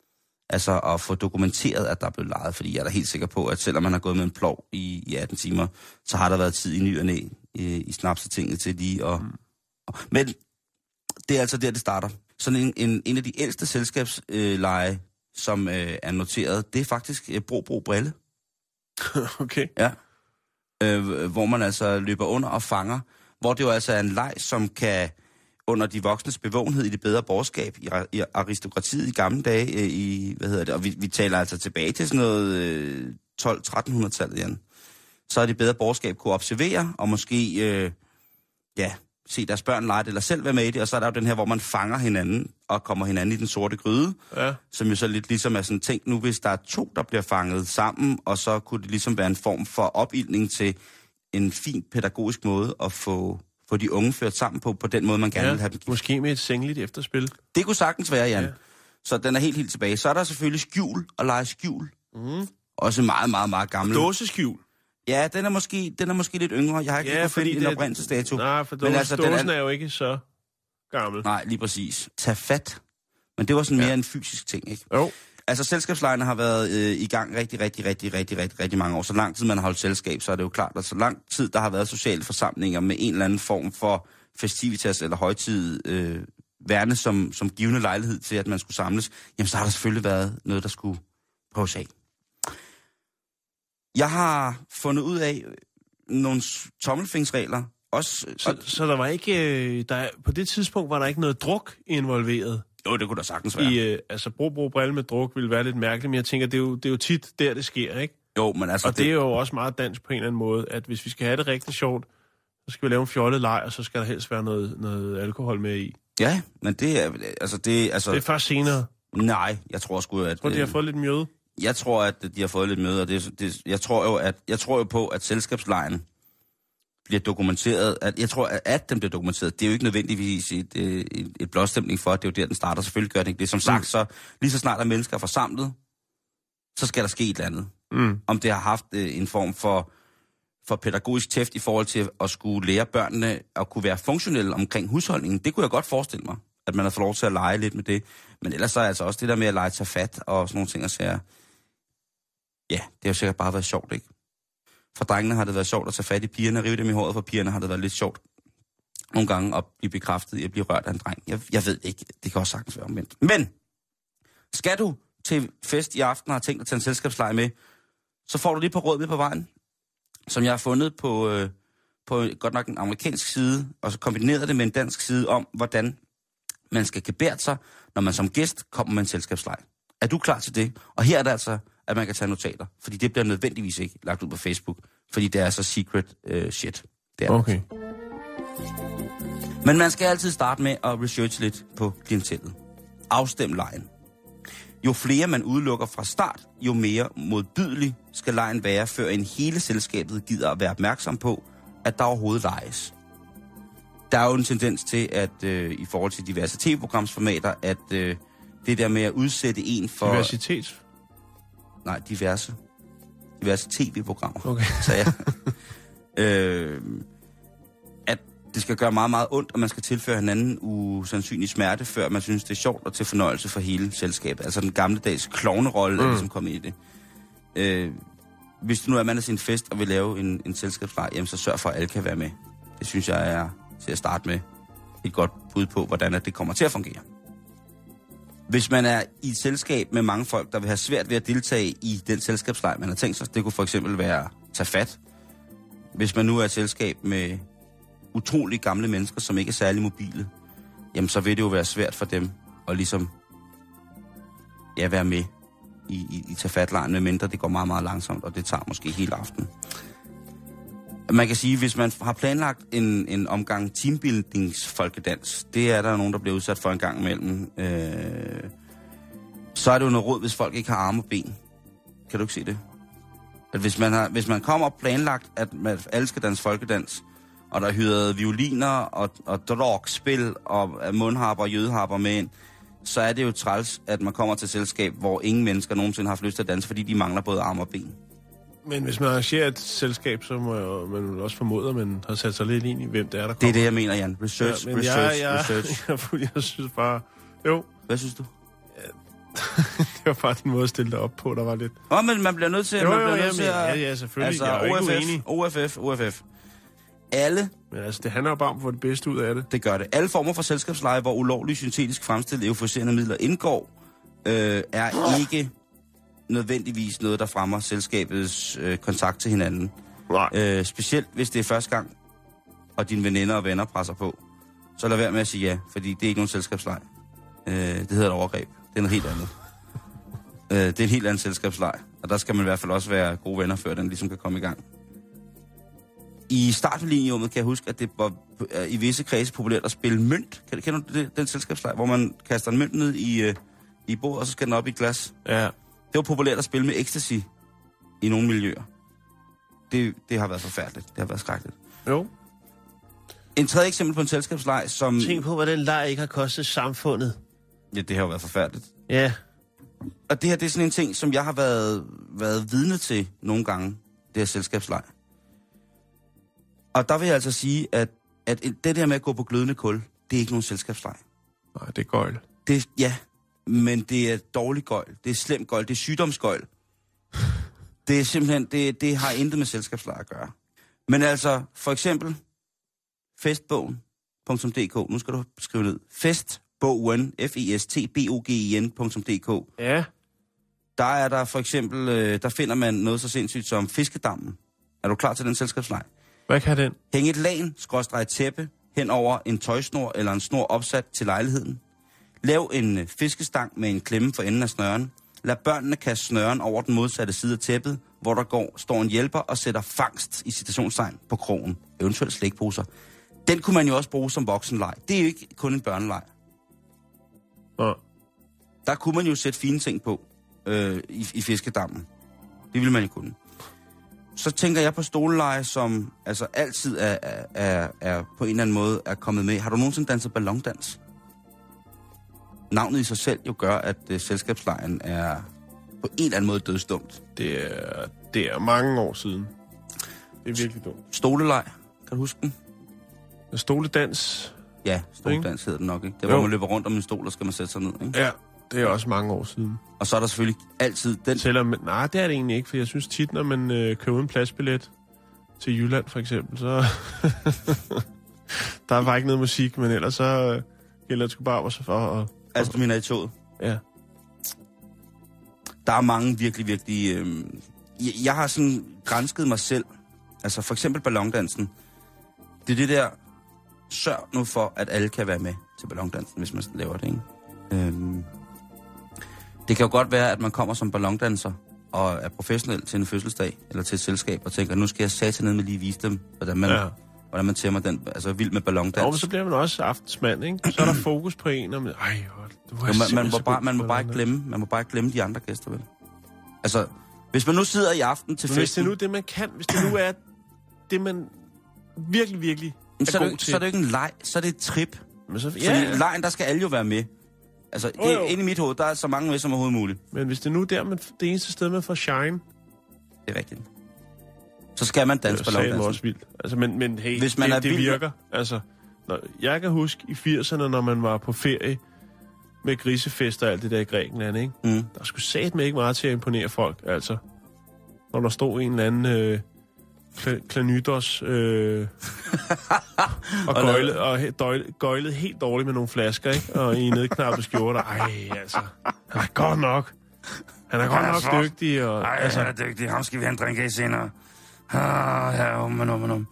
Altså at få dokumenteret, at der er blevet lejet, fordi jeg er da helt sikker på, at selvom man har gået med en plov i, i atten timer, så har der været tid i ny og næ i, i snapsetinget til lige og, mm. og... Men det er altså der, det starter. Sådan en, en, en af de ældste selskabsleje, øh, som øh, er noteret, det er faktisk øh, Bro Bro Brille. Okay. Ja. Øh, hvor man altså løber under og fanger, hvor det jo altså er en leg, som kan under de voksnes bevågenhed i det bedre borgerskab, i, i aristokratiet i gamle dage, øh, i, hvad hedder det, og vi, vi taler altså tilbage til sådan noget øh, tolv-trettenhundredetallet, Jan. Så er det bedre borgerskab kunne observere, og måske, øh, ja, se deres børn lege det, eller selv være med i det, og så er der jo den her, hvor man fanger hinanden, og kommer hinanden i den sorte gryde, ja. Som jo så lidt ligesom er sådan, tænk nu, hvis der er to, der bliver fanget sammen, og så kunne det ligesom være en form for opildning til en fin pædagogisk måde at få, få de unge ført sammen på, på den måde, man gerne ja, vil have dem. Måske med et sengligt efterspil. Det kunne sagtens være, Jan. Ja. Så den er helt, helt tilbage. Så er der selvfølgelig skjul og lege skjul. Mm. Også meget, meget, meget gammel. Dåseskjul. Ja, den er måske, den er måske lidt yngre. Jeg har ikke ja, kunnet finde en oprindelsesdato. Nej, for dåse, altså, dåsen er... er jo ikke så gammel. Nej, lige præcis. Tag fat. Men det var sådan mere ja. en fysisk ting, ikke? Jo. Altså, selskabslejene har været øh, i gang rigtig, rigtig, rigtig, rigtig, rigtig, rigtig mange år. Så lang tid man har holdt selskab, så er det jo klart, at så lang tid der har været sociale forsamlinger med en eller anden form for festivitas eller højtid, øh, værne som, som givende lejlighed til, at man skulle samles, jamen så har der selvfølgelig været noget, der skulle prøves af. Jeg har fundet ud af nogle tommelfingsregler. Også, så, og, så der var ikke, der, på det tidspunkt var der ikke noget druk involveret? Jo, det kunne der sagtens være. I, øh, altså, Bro Bro Brille med druk ville være lidt mærkeligt, men jeg tænker, det er jo, det er jo tit der, det sker, ikke? Jo, men altså... Og det, det er jo også meget dansk på en eller anden måde, at hvis vi skal have det rigtig sjovt, så skal vi lave en fjollet leg, og så skal der helst være noget, noget alkohol med i. Ja, men det er... Altså, det, altså, det er først senere. Nej, jeg tror sgu, at... Jeg tror, de har fået lidt mjøde. Jeg tror, at de har fået lidt møde, og det, det, jeg, tror jo, at, jeg tror jo på, at selskabslejen bliver dokumenteret. At, jeg tror, at, at den bliver dokumenteret. Det er jo ikke nødvendigvis et, et, et blåstemning for, at det er jo der, den starter. Selvfølgelig gør det ikke det. Som sagt, så lige så snart er mennesker forsamlet, så skal der ske et eller andet. Mm. Om det har haft øh, en form for, for pædagogisk tæft i forhold til at skulle lære børnene at kunne være funktionelle omkring husholdningen, det kunne jeg godt forestille mig, at man har fået lov til at lege lidt med det. Men ellers så er altså også det der med at lege tage fat og sådan nogle ting, og så ja, det har jo sikkert bare været sjovt, ikke? For drengene har det været sjovt at tage fat i pigerne og rive dem i håret, for pigerne har det været lidt sjovt nogle gange at blive bekræftet i at blive rørt af en dreng. Jeg, jeg ved ikke, det kan også sagtens være omvendt. Men skal du til fest i aften og har tænkt at tage en selskabsleje med, så får du lige på råd med på vejen, som jeg har fundet på, øh, på godt nok en amerikansk side, og så kombineret det med en dansk side om, hvordan man skal gebære sig, når man som gæst kommer med en selskabsleje. Er du klar til det? Og her er det altså, at man kan tage notater, fordi det bliver nødvendigvis ikke lagt ud på Facebook, fordi det er så secret uh, shit. Det er okay. Det. Men man skal altid starte med at researche lidt på klientellet. Afstem lejen. Jo flere man udelukker fra start, jo mere modbydelig skal lejen være, før en hele selskabet gider at være opmærksom på, at der overhovedet lejes. Der er jo en tendens til, at øh, i forhold til diverse tv-programsformater, at øh, det der med at udsætte en for... Diversitet? Nej, diverse. Diverse tv-programmer. Okay. Så ja. øh, at det skal gøre meget, meget ondt, og man skal tilføre hinanden usandsynlig smerte, før man synes, det er sjovt og til fornøjelse for hele selskabet. Altså den gamledags klovnerolle, mm. er ligesom kommet i det. Øh, hvis du nu er mand af sin fest og vil lave en, en selskabsleg, jamen så sørg for, at alle kan være med. Det synes jeg er til at starte med et godt bud på, hvordan det kommer til at fungere. Hvis man er i et selskab med mange folk, der vil have svært ved at deltage i den selskabsleg, man har tænkt sig, det kunne for eksempel være tage fat. Hvis man nu er i et selskab med utrolig gamle mennesker, som ikke er særlig mobile, jamen så vil det jo være svært for dem at ligesom ja, være med i, i, i tage fat-legen, medmindre det går meget, meget langsomt, og det tager måske hele aftenen. Man kan sige, hvis man har planlagt en, en omgang teambuildingsfolkedans, det er der nogen, der bliver udsat for en gang imellem, øh, så er det jo noget råd, hvis folk ikke har arme og ben. Kan du ikke se det? At hvis man, har, hvis man kommer og planlagt, at man, alle skal danse folkedans, og der er hyret violiner og, og dragspil og mundharper og jødeharper med ind, så er det jo træls, at man kommer til et selskab, hvor ingen mennesker nogensinde har haft lyst til at danse, fordi de mangler både arme og ben. Men hvis man arrangerer et selskab, så må man også formode, at man har sat sig lidt ind i, hvem det er, der kommer. Det er det, jeg mener, Jan. Research, ja, research, jeg, jeg, research. Jeg, jeg, jeg synes bare... Jo. Hvad synes du? Det var bare din måde at stille dig op på, der var lidt... Åh, oh, men man bliver nødt til, jo, man jo, bliver nødt jamen, til at... ja, ja, selvfølgelig. Altså, jeg er jo O F F, ikke uenig. O F F, O F F. Alle... Men altså, det handler jo bare om at få det bedste ud af det. Det gør det. Alle former for selskabsleje, hvor ulovligt syntetisk fremstillede euforiserende midler indgår, øh, er ikke nødvendigvis noget, der fremmer selskabets øh, kontakt til hinanden. Nej. Øh, specielt hvis det er første gang, og dine veninder og venner presser på. Så lad være med at sige ja, fordi det er ikke nogen selskabsleg. Øh, det hedder et overgreb. Det er noget helt andet. øh, det er en helt anden selskabsleg, og der skal man i hvert fald også være gode venner, før den ligesom kan komme i gang. I startlinjummet kan jeg huske, at det var øh, i visse kredse populært at spille mønt. Kender du det, den selskabsleg, hvor man kaster en mønt ned i, øh, i bordet, og så skal den op i et glas? Ja. Det var populært at spille med ecstasy i nogle miljøer. Det, det har været forfærdeligt. Det har været skrækkeligt. Jo. En tredje eksempel på en selskabsleg, som... Tænk på, hvad den leg ikke har kostet samfundet. Ja, det har jo været forfærdeligt. Ja. Og det her, det er sådan en ting, som jeg har været, været vidne til nogle gange, det her selskabsleg. Og der vil jeg altså sige, at, at det der med at gå på glødende kul, det er ikke nogen selskabsleg. Nej, det er gøjl. Det, ja, men det er dårlig gøjl. Det er slem gøjl. Det er sygdomsgøjl. Det er simpelthen, det, det har intet med selskabsleg at gøre. Men altså, for eksempel, festbogen punktum d k. Nu skal du skrive ned. Festbogen, F I S T B O G E N punktum d k. Ja. Der er der for eksempel, øh, der finder man noget så sindssygt som fiskedammen. Er du klar til den selskabsleg? Hvad kan den? Hæng et lagen, skråstreg et tæppe, hen over en tøjsnor eller en snor opsat til lejligheden. Lav en fiskestang med en klemme for enden af snøren. Lad børnene kaste snøren over den modsatte side af tæppet, hvor der går, står en hjælper og sætter fangst i citationstegn på krogen. Eventuelt slægposer. Den kunne man jo også bruge som voksenleg. Det er jo ikke kun en børneleg. Ja. Der kunne man jo sætte fine ting på øh, i, i fiskedammen. Det ville man jo kunne. Så tænker jeg på stoleleje, som altså altid er, er, er på en eller anden måde er kommet med. Har du nogensinde danset ballondans? Navnet i sig selv jo gør, at uh, selskabslejen er på en eller anden måde dødsdumt. Det er, det er mange år siden. Det er virkelig dumt. Stolelej, kan du huske den? Stoledans. Ja, stoledans hedder den nok, ikke? Det er, hvor man løber rundt om en stol, og skal man sætte sig ned, ikke? Ja, det er også mange år siden. Og så er der selvfølgelig altid den... Selvom, nej, det er det egentlig ikke, for jeg synes tit, når man øh, køber en pladsbillet til Jylland for eksempel, så... der er bare ikke noget musik, men ellers så øh, gælder det sgu bare også for at... Altså, du mener i toget? Ja. Der er mange virkelig, virkelig... Øh... Jeg, jeg har sådan gransket mig selv. Altså, for eksempel ballondansen. Det er det der... Sørg nu for, at alle kan være med til ballondansen, hvis man laver det, ikke? Øhm... Det kan jo godt være, at man kommer som ballondanser og er professionel til en fødselsdag eller til et selskab og tænker, nu skal jeg satan ned med lige vise dem, hvordan man, ja. hvordan man tæmmer den, altså vild med ballondans. Jo, men så bliver man også aftensmand, ikke? Så er der fokus på en, og man, ej, du var jo, man, man, må bare, man må bare ikke glemme, man må bare ikke glemme de andre gæster, vel? Altså, hvis man nu sidder i aften til men festen... hvis det er nu det, man kan, hvis det nu er det, man virkelig, virkelig er så er god det, til. Så er det ikke en leg, så er det et trip. Men så, ja. Fordi lejen, der skal alle jo være med. Altså, oh, det, inde i mit hoved, der er så mange med som overhovedet muligt. Men hvis det nu er der, man, det eneste sted, man får shine... Det er rigtigt. Så skal man danse ballondansen. Det er også vildt. Altså, men, men hey, hvis man det, er det vild... virker. Altså, når, jeg kan huske i firserne, når man var på ferie med grisefester og alt det der i Grækenland, ikke? Mm. Der skulle satme ikke meget til at imponere folk, altså. Når der stod en eller anden... Øh, Klamydos øh, og, gøjlet, og he, døjle, gøjlet helt dårligt med nogle flasker, ikke? Og i nedknappede skjorter. Ej, altså. Han er godt nok. Han er godt nok dygtig. Og, Ej, altså, han er dygtig. Ham skal vi have en drink af senere. Ah, ja, um, um, um.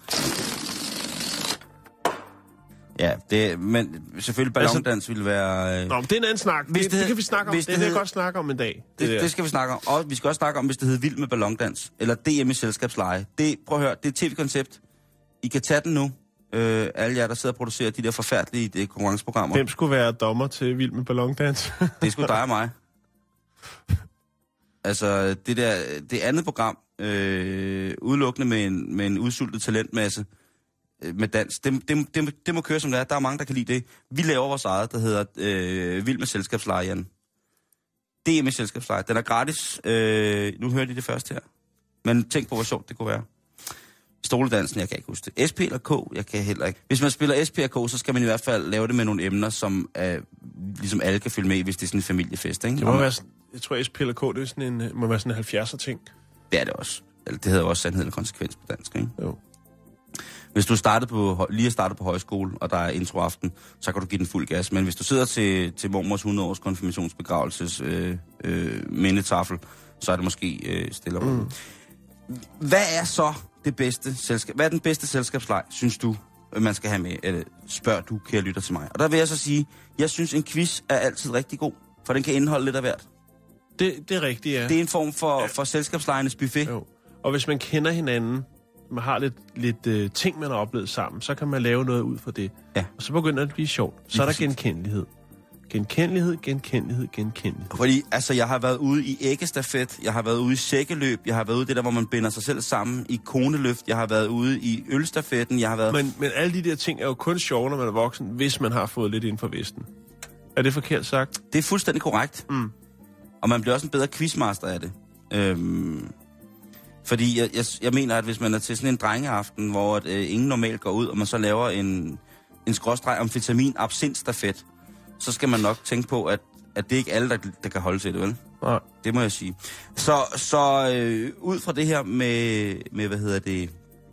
Ja, det, men selvfølgelig ballondans altså, ville være... Øh... Nå, men det er en anden snak. Det, det, det kan vi snakke om. Det, det kan jeg godt snakke om en dag. Det, det, det skal vi snakke om. Og vi skal også snakke om, hvis det hedder Vild med ballondans. Eller D M i selskabsleje. Det, prøv at høre, det er et tv-koncept. I kan tage den nu. Øh, alle jer, der sidder og producerer de der forfærdelige de konkurrenceprogrammer. Hvem skulle være dommer til Vild med ballondans? Det er sgu dig og mig. Altså, det der, det andet program, øh, udelukkende med en, med en udsultet talentmasse, med dans. Det, det, det, det må køre som det er. Der er mange, der kan lide det. Vi laver vores eget, der hedder øh, Vild med selskabsleje, Jan. D M i selskabsleje. Den er gratis. Øh, nu hører de det først her. Men tænk på, hvor sjovt det kunne være. Stoledansen, jeg kan ikke huske det. S P eller K, jeg kan heller ikke. Hvis man spiller S P og K, så skal man i hvert fald lave det med nogle emner, som er ligesom alle kan følge med, hvis det er sådan en familiefest, ikke? Det må være sådan, jeg tror, S P L K, det er sådan en, må være sådan en halvfjerdser ting. Det er det også. Det hedder også sandhed og konsekvens på dansk, ikke? Jo. Hvis du startet på, lige er startet på højskole, og der er introaften, så kan du give den fuld gas. Men hvis du sidder til, til mormors hundrede års konfirmationsbegravelses øh, øh, mindetafel, så er det måske øh, stille og roligt. Mm. Hvad er så det bedste selskab? Hvad er den bedste selskabsleg, synes du, man skal have med? Eller spørger du, kære lytter til mig? Og der vil jeg så sige, jeg synes en quiz er altid rigtig god, for den kan indeholde lidt af hvert. Det, det er rigtigt, ja. Det er en form for, ja. for selskabslejernes buffet. Jo. Og hvis man kender hinanden, man har lidt, lidt uh, ting, man har oplevet sammen, så kan man lave noget ud fra det. Ja. Og så begynder det at blive sjovt. Så er der genkendelighed. Genkendelighed, genkendelighed, genkendelighed. Fordi, altså, jeg har været ude i æggestafet, jeg har været ude i sækkeløb, jeg har været ude i det der, hvor man binder sig selv sammen, i koneløft, jeg har været ude i ølstafetten, jeg har været... Men, men alle de der ting er jo kun sjove, når man er voksen, hvis man har fået lidt inden for Vesten. Er det forkert sagt? Det er fuldstændig korrekt. Mm. Og man bliver også en bedre quizmaster af det. Øhm, fordi jeg, jeg, jeg mener, at hvis man er til sådan en drengeaften, hvor at, øh, ingen normalt går ud, og man så laver en, en skråstreg amfetamin absintstafet, så skal man nok tænke på, at, at det er ikke alle, der, der kan holde til det, vel? Nej. Det må jeg sige. Så, så øh, ud fra det her med, med, hvad hedder det,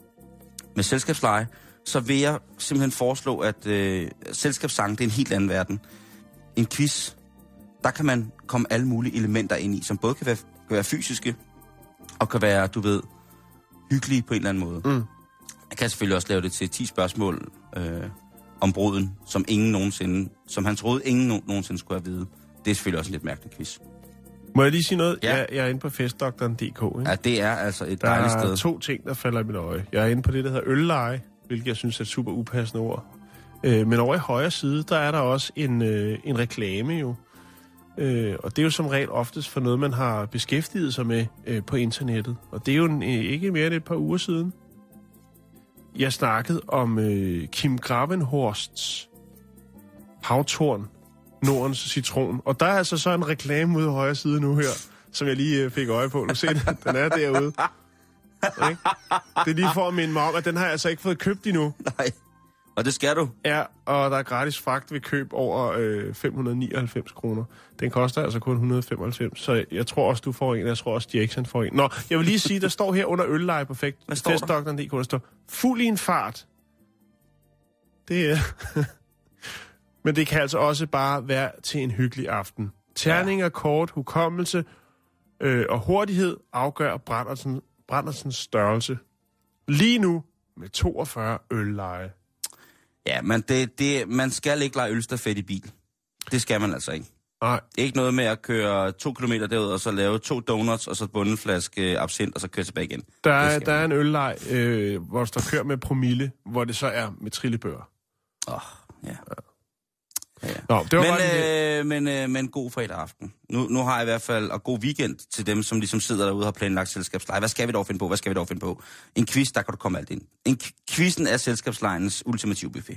med selskabsleje, så vil jeg simpelthen foreslå, at øh, selskabssang, det er en helt anden verden. En quiz, der kan man komme alle mulige elementer ind i, som både kan være, kan være fysiske, og kan være, du ved, hyggelige på en eller anden måde. Mm. Jeg kan selvfølgelig også lave det til ti spørgsmål øh, om bruden, som ingen nogensinde, som han troede, ingen no- nogensinde skulle have vide. Det er selvfølgelig også en lidt mærkelig quiz. Må jeg lige sige noget? Ja. Jeg, jeg er inde på festdoktoren punktum d k. Ikke? Ja, det er altså et der dejligt sted. Der er to ting, der falder i mit øje. Jeg er inde på det, der hedder ølleje, hvilket jeg synes er et super upassende ord. Øh, men over i højre side, der er der også en, øh, en reklame jo. Øh, og det er jo som regel oftest for noget, man har beskæftiget sig med øh, på internettet. Og det er jo en, øh, ikke mere end et par uger siden. Jeg snakkede om øh, Kim Gravenhorsts havtorn, Nordens citron. Og der er altså så en reklame ude i højre side nu her, som jeg lige øh, fik øje på. Nu se, den er derude. Okay? Det er lige for at minde mig om, at den har jeg altså ikke fået købt endnu. Nej, og det skal du. Ja, og der er gratis fragt ved køb over øh, fem hundrede nioghalvfems kroner. Den koster altså kun et hundrede femoghalvfems, så jeg tror også, du får en. Jeg tror også, Jackson får en. Nå, jeg vil lige sige, der står her under ølleje på festdoktoren punktum d k, der står fuld i en fart. Det er... Men det kan altså også bare være til en hyggelig aften. Terninger, kort, hukommelse øh, og hurtighed afgør Brandersen, Brandersens størrelse. Lige nu med toogfyrre ølleje. Ja, men det, det, man skal ikke lege ølstafet i bil. Det skal man altså ikke. Nej. Ikke noget med at køre to kilometer derud, og så lave to donuts, og så bunde en flaske absint, og så køre tilbage igen. Der er, der er en ølleg, øh, hvor der kører med promille, hvor det så er med trillebør. Åh, oh, ja. Ja, ja. Nå, det var men, bare øh, men, øh, men god fredag aften. Nu, nu har jeg i hvert fald, og god weekend til dem, som ligesom sidder derude og har planlagt selskabsleje. Hvad skal vi dog finde på? Hvad skal vi dog finde på? En quiz, der kan du komme alt ind. En quizzen er selskabslejens ultimative buffet.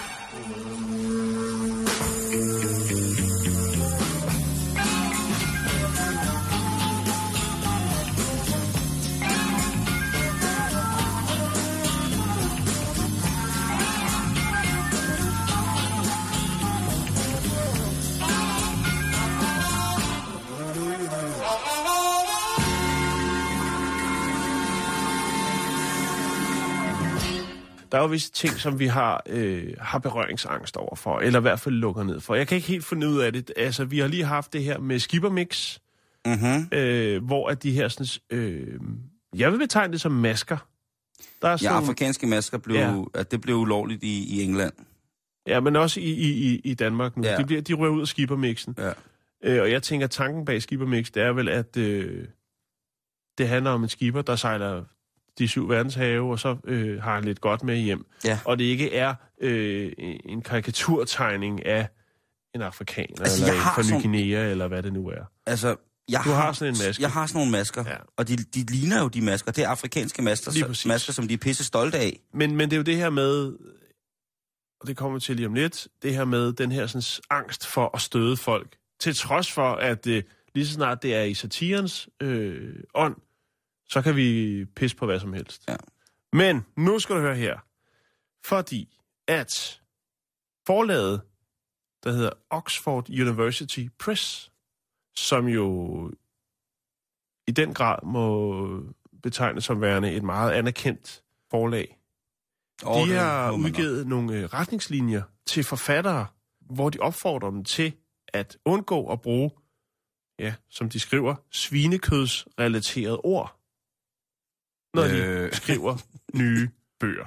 Der er jo visse ting, som vi har, øh, har berøringsangst overfor, eller i hvert fald lukker ned for. Jeg kan ikke helt finde ud af det. Altså, vi har lige haft det her med skippermix, Mm-hmm. øh, hvor at de her sådan, øh, jeg vil betegne det som masker. Der er sådan, ja, afrikanske masker blev, ja. at det blev ulovligt i, i England. Ja, men også i, i, i Danmark nu. Ja. De, bliver, de rører ud af skippermixen. Ja. Øh, og jeg tænker, at tanken bag skippermix, det er vel, at øh, det handler om en skipper, der sejler de syv verdenshave, og så øh, har han lidt godt med hjem. Ja. Og det ikke er øh, en karikaturtegning af en afrikaner, Altså, eller jeg en har fra Ny sådan- Guinea, eller hvad det nu er. Altså, jeg Du har sådan en maske. Jeg har sådan nogle masker, Ja. og de, de ligner jo de masker. Det er afrikanske masker, Lige så, præcis. masker, som de er pisse stolte af. Men, men det er jo det her med, og det kommer vi til lige om lidt, det her med den her sådan, angst for at støde folk. Til trods for, at øh, lige så snart det er i satirens øh, ånd, så kan vi pisse på hvad som helst. Ja. Men nu skal du høre her. Fordi at forlaget der hedder Oxford University Press, som jo i den grad må betegnes som værende et meget anerkendt forlag. Oh, de har udgivet nogle retningslinjer til forfattere, hvor de opfordrer dem til at undgå at bruge, ja, som de skriver, svinekødsrelaterede ord, når øh. de skriver nye bøger.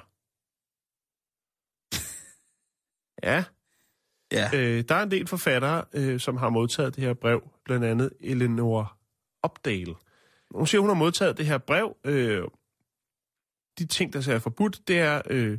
Ja. ja. Øh, der er en del forfattere, øh, som har modtaget det her brev, blandt andet Eleanor Updale. Hun siger, hun har modtaget det her brev. Øh, de ting, der er forbudt, det er øh,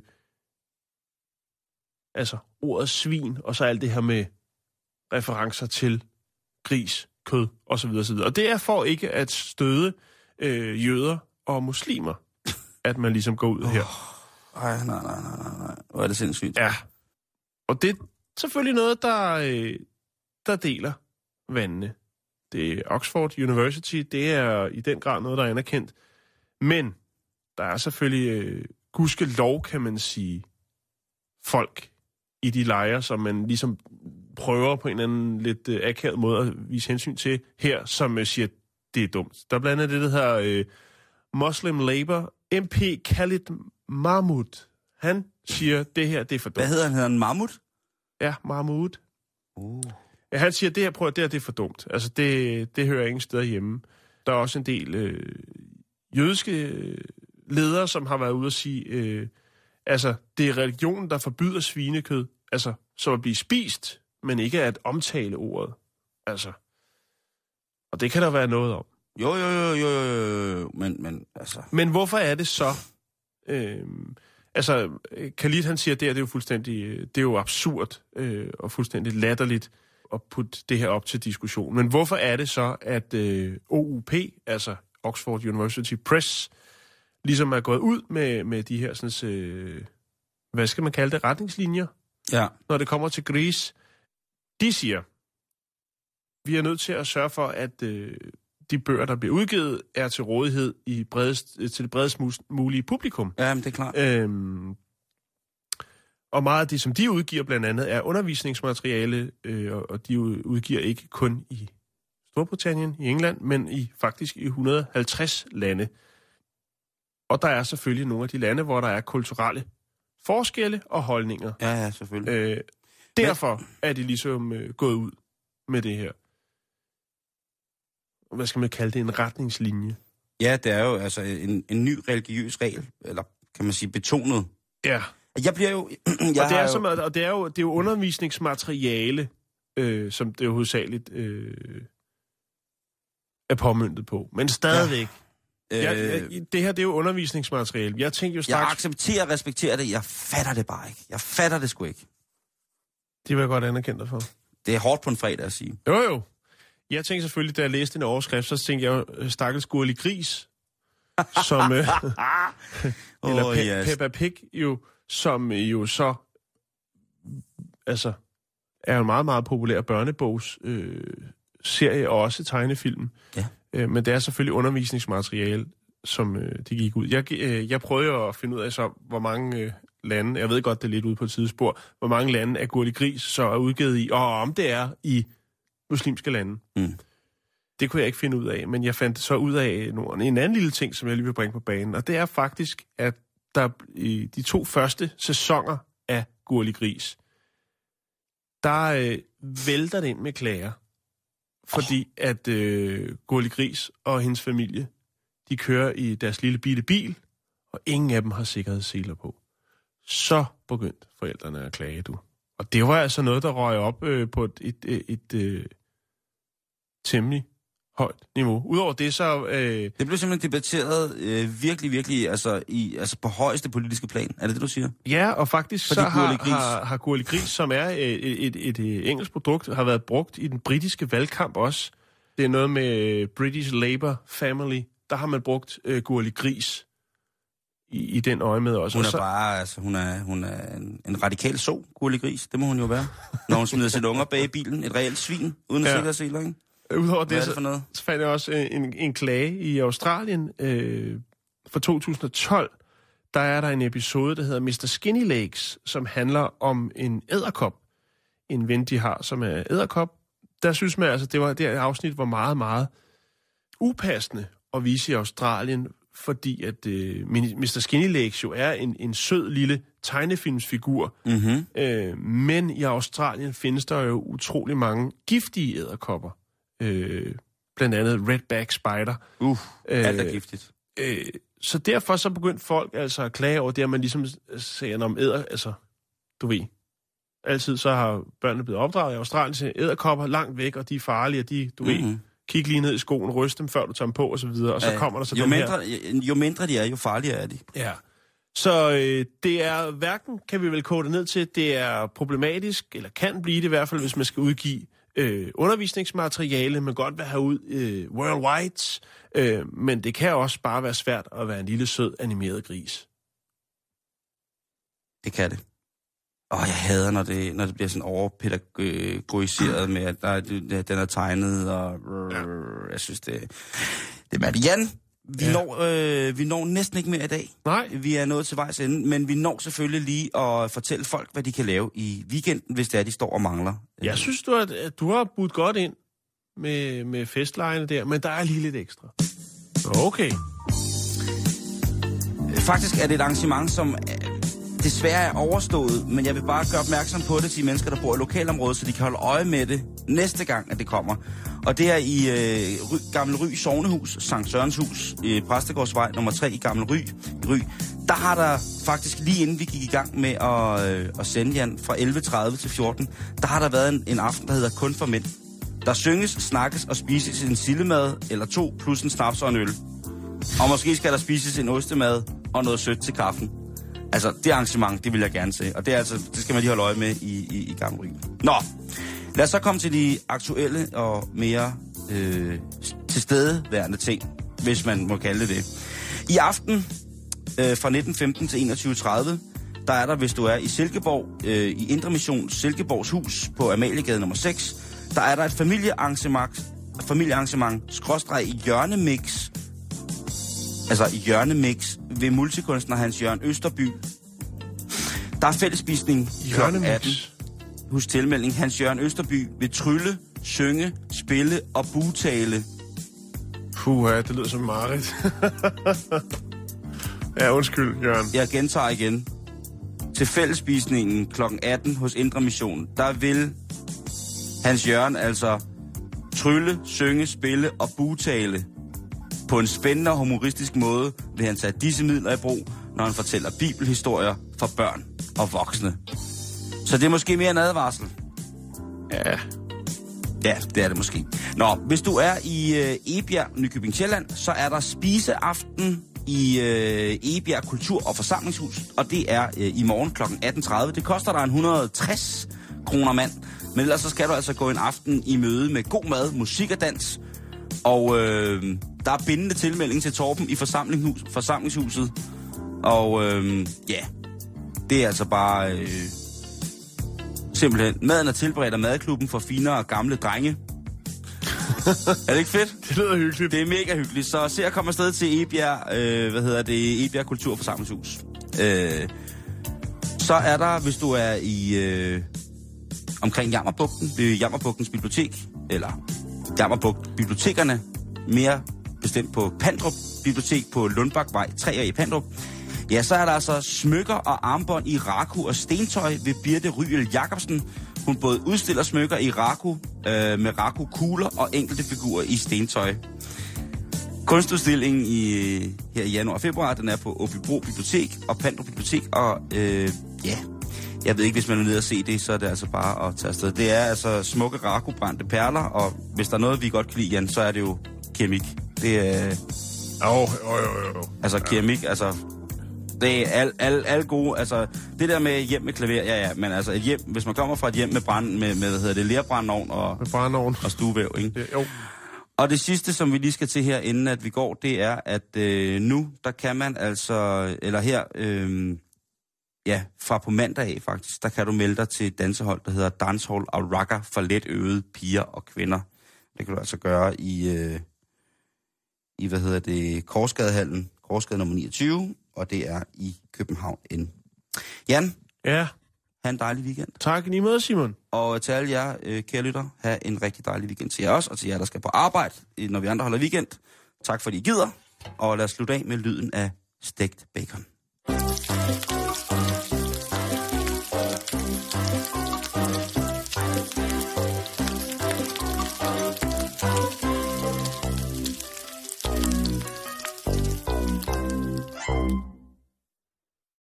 altså ordet svin, og så alt det her med referencer til gris, kød osv. osv. Og det er for ikke at støde øh, jøder og muslimer, at man ligesom går ud her. Ej, nej, nej, nej, nej. Hvor er det sindssygt. Ja. Og det er selvfølgelig noget, der, øh, der deler vandene. Det er Oxford University, det er i den grad noget, der er anerkendt. Men der er selvfølgelig øh, gudskelov, kan man sige, folk i de lejre, som man ligesom prøver på en eller anden lidt øh, akavet måde at vise hensyn til her, som øh, siger, det er dumt. Der er blandt andet det, der hedder øh, Muslim Labour. M P Khalid Mahmoud, han siger, det her, det er for dumt. Hvad hedder han? Hedder han Mahmoud? Ja, Mahmoud. Uh. Ja, han siger, det her, prøv, det her, det er for dumt. Altså, det, det hører ingen steder hjemme. Der er også en del øh, jødiske ledere, som har været ude at sige, øh, altså, det er religionen, der forbyder svinekød, altså, så at blive spist, men ikke at omtale ordet. Altså, og det kan der være noget om. Jo, jo, jo, jo, jo, jo, men, men altså... Men hvorfor er det så... Øh, altså, Khalid, han siger, at det, er, det er jo fuldstændig... Det er jo absurd øh, og fuldstændig latterligt at putte det her op til diskussion. Men hvorfor er det så, at øh, O U P, altså Oxford University Press, ligesom er gået ud med, med de her, sådan, øh, hvad skal man kalde det, retningslinjer? Ja. Når det kommer til gris. De siger, vi er nødt til at sørge for, at... Øh, de bøger, der bliver udgivet, er til rådighed i bredest, til det bredest mulige publikum. Ja, men det er klart. Øhm, og meget af det, som de udgiver blandt andet, er undervisningsmateriale, øh, og de udgiver ikke kun i Storbritannien, i England, men i faktisk i et hundrede og halvtreds lande. Og der er selvfølgelig nogle af de lande, hvor der er kulturelle forskelle og holdninger. Ja, ja, selvfølgelig. Øh, derfor er de ligesom øh, gået ud med det her. Hvad skal man kalde det? En retningslinje? Ja, det er jo altså en, en ny religiøs regel, eller kan man sige betonet. Ja. Jeg bliver jo... Jeg og, det er jo... Som, og det er jo, det er jo undervisningsmateriale, øh, som det jo hovedsageligt øh, er påmøntet på. Men stadigvæk. Ja. Jeg, jeg, det her, det er jo undervisningsmateriale. Jeg tænker jo straks... Jeg accepterer og respekterer det. Jeg fatter det bare ikke. Jeg fatter det sgu ikke. Det vil jeg godt anerkende dig for. Det er hårdt på en fredag at sige. Jo, jo. Jeg tænkte selvfølgelig, da jeg læste en overskrift, så tænkte jeg jo, stakkels gurlig gris, som, øh, eller oh, Pe- yes. Peppa Pig jo, som jo så, altså, er en meget, meget populær børnebogs øh, serie, og også tegnefilm. Ja. Øh, men det er selvfølgelig undervisningsmateriale, som øh, de gik ud. Jeg, øh, jeg prøvede jo at finde ud af så, hvor mange øh, lande, jeg ved godt, det er lidt ude på et sidespor, hvor mange lande er gurlig gris så er udgivet i, og om det er i muslimske lande. Mm. Det kunne jeg ikke finde ud af, men jeg fandt så ud af nogle, en anden lille ting, som jeg lige vil bringe på banen, og det er faktisk, at der i de to første sæsoner af Gurli Gris, der øh, vælter det ind med klager, fordi oh. at øh, Gurli Gris og hendes familie, de kører i deres lille bitte bil, og ingen af dem har sikkerhedsseler på. Så begyndte forældrene at klage, du. Og det var altså noget, der røg op øh, på et, et, et, et øh, temmelig højt niveau. Udover det så... Øh, det blev simpelthen debatteret øh, virkelig, virkelig altså, i, altså på højeste politiske plan. Er det det, du siger? Ja, og faktisk så har, har, har Gurli Gris, som er et, et, et, et engelsk produkt, har været brugt i den britiske valgkamp også. Det er noget med British Labour Family. Der har man brugt øh, Gurli Gris i, i den øje med også. Hun er bare, altså, hun er, hun er en, en radikal så, Gurli Gris. Det må hun jo være. Når hun smider sine unger bag i bilen. Et reelt svin, uden at ja. sikkerhedsseler, ikke? Udover det, det så, så fandt jeg også en, en klage i Australien øh, fra to tusind og tolv. Der er der en episode, der hedder mister Skinny Legs, som handler om en edderkop en ven, de har, som er edderkop. Der synes man altså, det var det afsnit var meget, meget upassende at vise i Australien, fordi at øh, mister Skinny Legs jo er en, en sød lille tegnefilmsfigur. Mm-hmm. Øh, men i Australien findes der jo utrolig mange giftige edderkopper. Øh, blandt andet Redback Spider. Uh, øh, alt er giftigt. Øh, så derfor så begyndte folk altså at klage over det, at man ligesom siger om æder, altså, du ved, altid så har børnene blevet opdraget i Australien til æderkopper langt væk, og de er farlige, og de, du mm-hmm. ved, kig lige ned i skoen, ryst dem, før du tager dem på, og så videre, og så ja, kommer der så jo den mindre, her... Jo mindre de er, jo farligere er de. Ja. Så øh, det er hverken, kan vi vel kode det ned til, det er problematisk, eller kan blive det i hvert fald, hvis man skal udgive øh, undervisningsmateriale, man godt vil have ud øh, worldwide, øh, men det kan også bare være svært at være en lille sød animeret gris. Det kan det. Åh, jeg hader, når det, når det bliver sådan overpædagogiseret med, at der er, den er tegnet, og ja. Jeg synes, det, det er mærkeligt. Jan, vi, ja. når, øh, vi når næsten ikke mere i dag. Nej. Vi er nået til vejs ende, men vi når selvfølgelig lige at fortælle folk, hvad de kan lave i weekenden, hvis det er, de står og mangler. Jeg synes, du har, at du har budt godt ind med, med festlejene der, men der er lige lidt ekstra. Okay. Faktisk er det et arrangement, som desværre er overstået, men jeg vil bare gøre opmærksom på det til de mennesker, der bor i lokalområdet, så de kan holde øje med det næste gang, at det kommer. Og det er i øh, Ry, Gammel Ry Sognehus, Sankt Sørens Hus, i Præstegårdsvej nummer tre i Gammel Ry, i Ry. Der har der faktisk lige inden vi gik i gang med at, øh, at sende, Jan, fra elleve tredive til fjorten, der har der været en, en aften, der hedder Kun for Mænd. Der synges, snakkes og spises en sillemad eller to, plus en snaps og en øl. Og måske skal der spises en ostemad og noget sødt til kaffen. Altså, det arrangement, det vil jeg gerne se. Og det, er altså, det skal man lige holde øje med i, i, i Gammel Ry. Nå, lad os så komme til de aktuelle og mere øh, tilstedeværende ting, hvis man må kalde det det. I aften øh, fra nitten femten til enogtyve tredive, der er der, hvis du er i Silkeborg, øh, i Indre Mission Silkeborgs Hus på Amaliegade nummer seks, der er der et familiearrangement, familiearrangement skråstreg i hjørnemix, altså i hjørnemix ved multikunstner Hans Jørgen Østerby. Der er fællesspisning klokken atten. Hos tilmelding Hans Jørgen Østerby vil trylle, synge, spille og bugtale. Puha, det lyder som mareridt. Ja, undskyld, Jørgen. Jeg gentager igen. Til fællesspisningen klokken atten hos Indre Mission, der vil Hans Jørgen altså trylle, synge, spille og bugtale. På en spændende og humoristisk måde vil han tage disse midler i brug, når han fortæller bibelhistorier for børn og voksne. Så det er måske mere en advarsel. Ja. Ja, det er det måske. Nå, hvis du er i øh, Egebjerg, Nykøbing Sjælland, så er der spiseaften i øh, Egebjerg Kultur- og Forsamlingshus, og det er øh, i morgen klokken atten tredive. Det koster dig et hundrede og tres kroner mand, men ellers så skal du altså gå en aften i møde med god mad, musik og dans, og øh, der er bindende tilmelding til Torben i forsamlingshus, forsamlingshuset, og øh, ja, det er altså bare øh, simpelthen, maden er tilberedt af madklubben for finere og gamle drenge. Er det ikke fedt? Det lyder hyggeligt. Det er mega hyggeligt. Så se at komme afsted til Egebjerg, øh, hvad hedder det, Egebjerg Kultur- og Forsamlingshus. Øh, så er der, hvis du er i øh, omkring Jammerbugten, ved Jammerbugtens bibliotek, eller Jammerbugt Bibliotekerne, mere bestemt på Pandrup Bibliotek på Lundbakvej tre i Pandrup, ja, så er der altså smykker og armbånd i raku og stentøj ved Birte Ryel Jacobsen. Hun både udstiller smykker i raku øh, med raku-kugler og enkelte figurer i stentøj. Kunstudstillingen i, her i januar og februar, den er på Åbybro Bibliotek og Pandrup Bibliotek, og øh, ja, jeg ved ikke, hvis man er nede og se det, så er det altså bare at tage afsted. Det er altså smukke raku-brændte perler, og hvis der er noget, vi godt kan lide, Jan, så er det jo keramik. Det er... Jo, jo, jo, jo. Altså keramik, altså... Det er al, al, al gode, altså det der med hjem med klaver, ja ja, men altså et hjem, hvis man kommer fra et hjem med brand, med, med hvad hedder det, lerbrandovn og, med brandovn og stuevæv, ikke? Det, jo. Og det sidste, som vi lige skal til her, inden at vi går, det er, at øh, nu, der kan man altså, eller her, øh, ja, fra på mandag af faktisk, der kan du melde dig til et dansehold, der hedder Dancehall og Rocker for let øvede piger og kvinder. Det kan du altså gøre i, øh, i hvad hedder det, Korsgadehallen, Korsgade nummer niogtyve, og det er i København. Jan? Ja? Ha' en dejlig weekend. Tak, lige måde, Simon. Og til alle jer, øh, kære lytter, have en rigtig dejlig weekend til jer også, og til jer, der skal på arbejde, når vi andre holder weekend. Tak fordi I gider, og lad os slutte af med lyden af stegt bacon.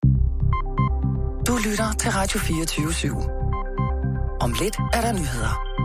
Du lytter til Radio fireogtyve syv. Om lidt er der nyheder.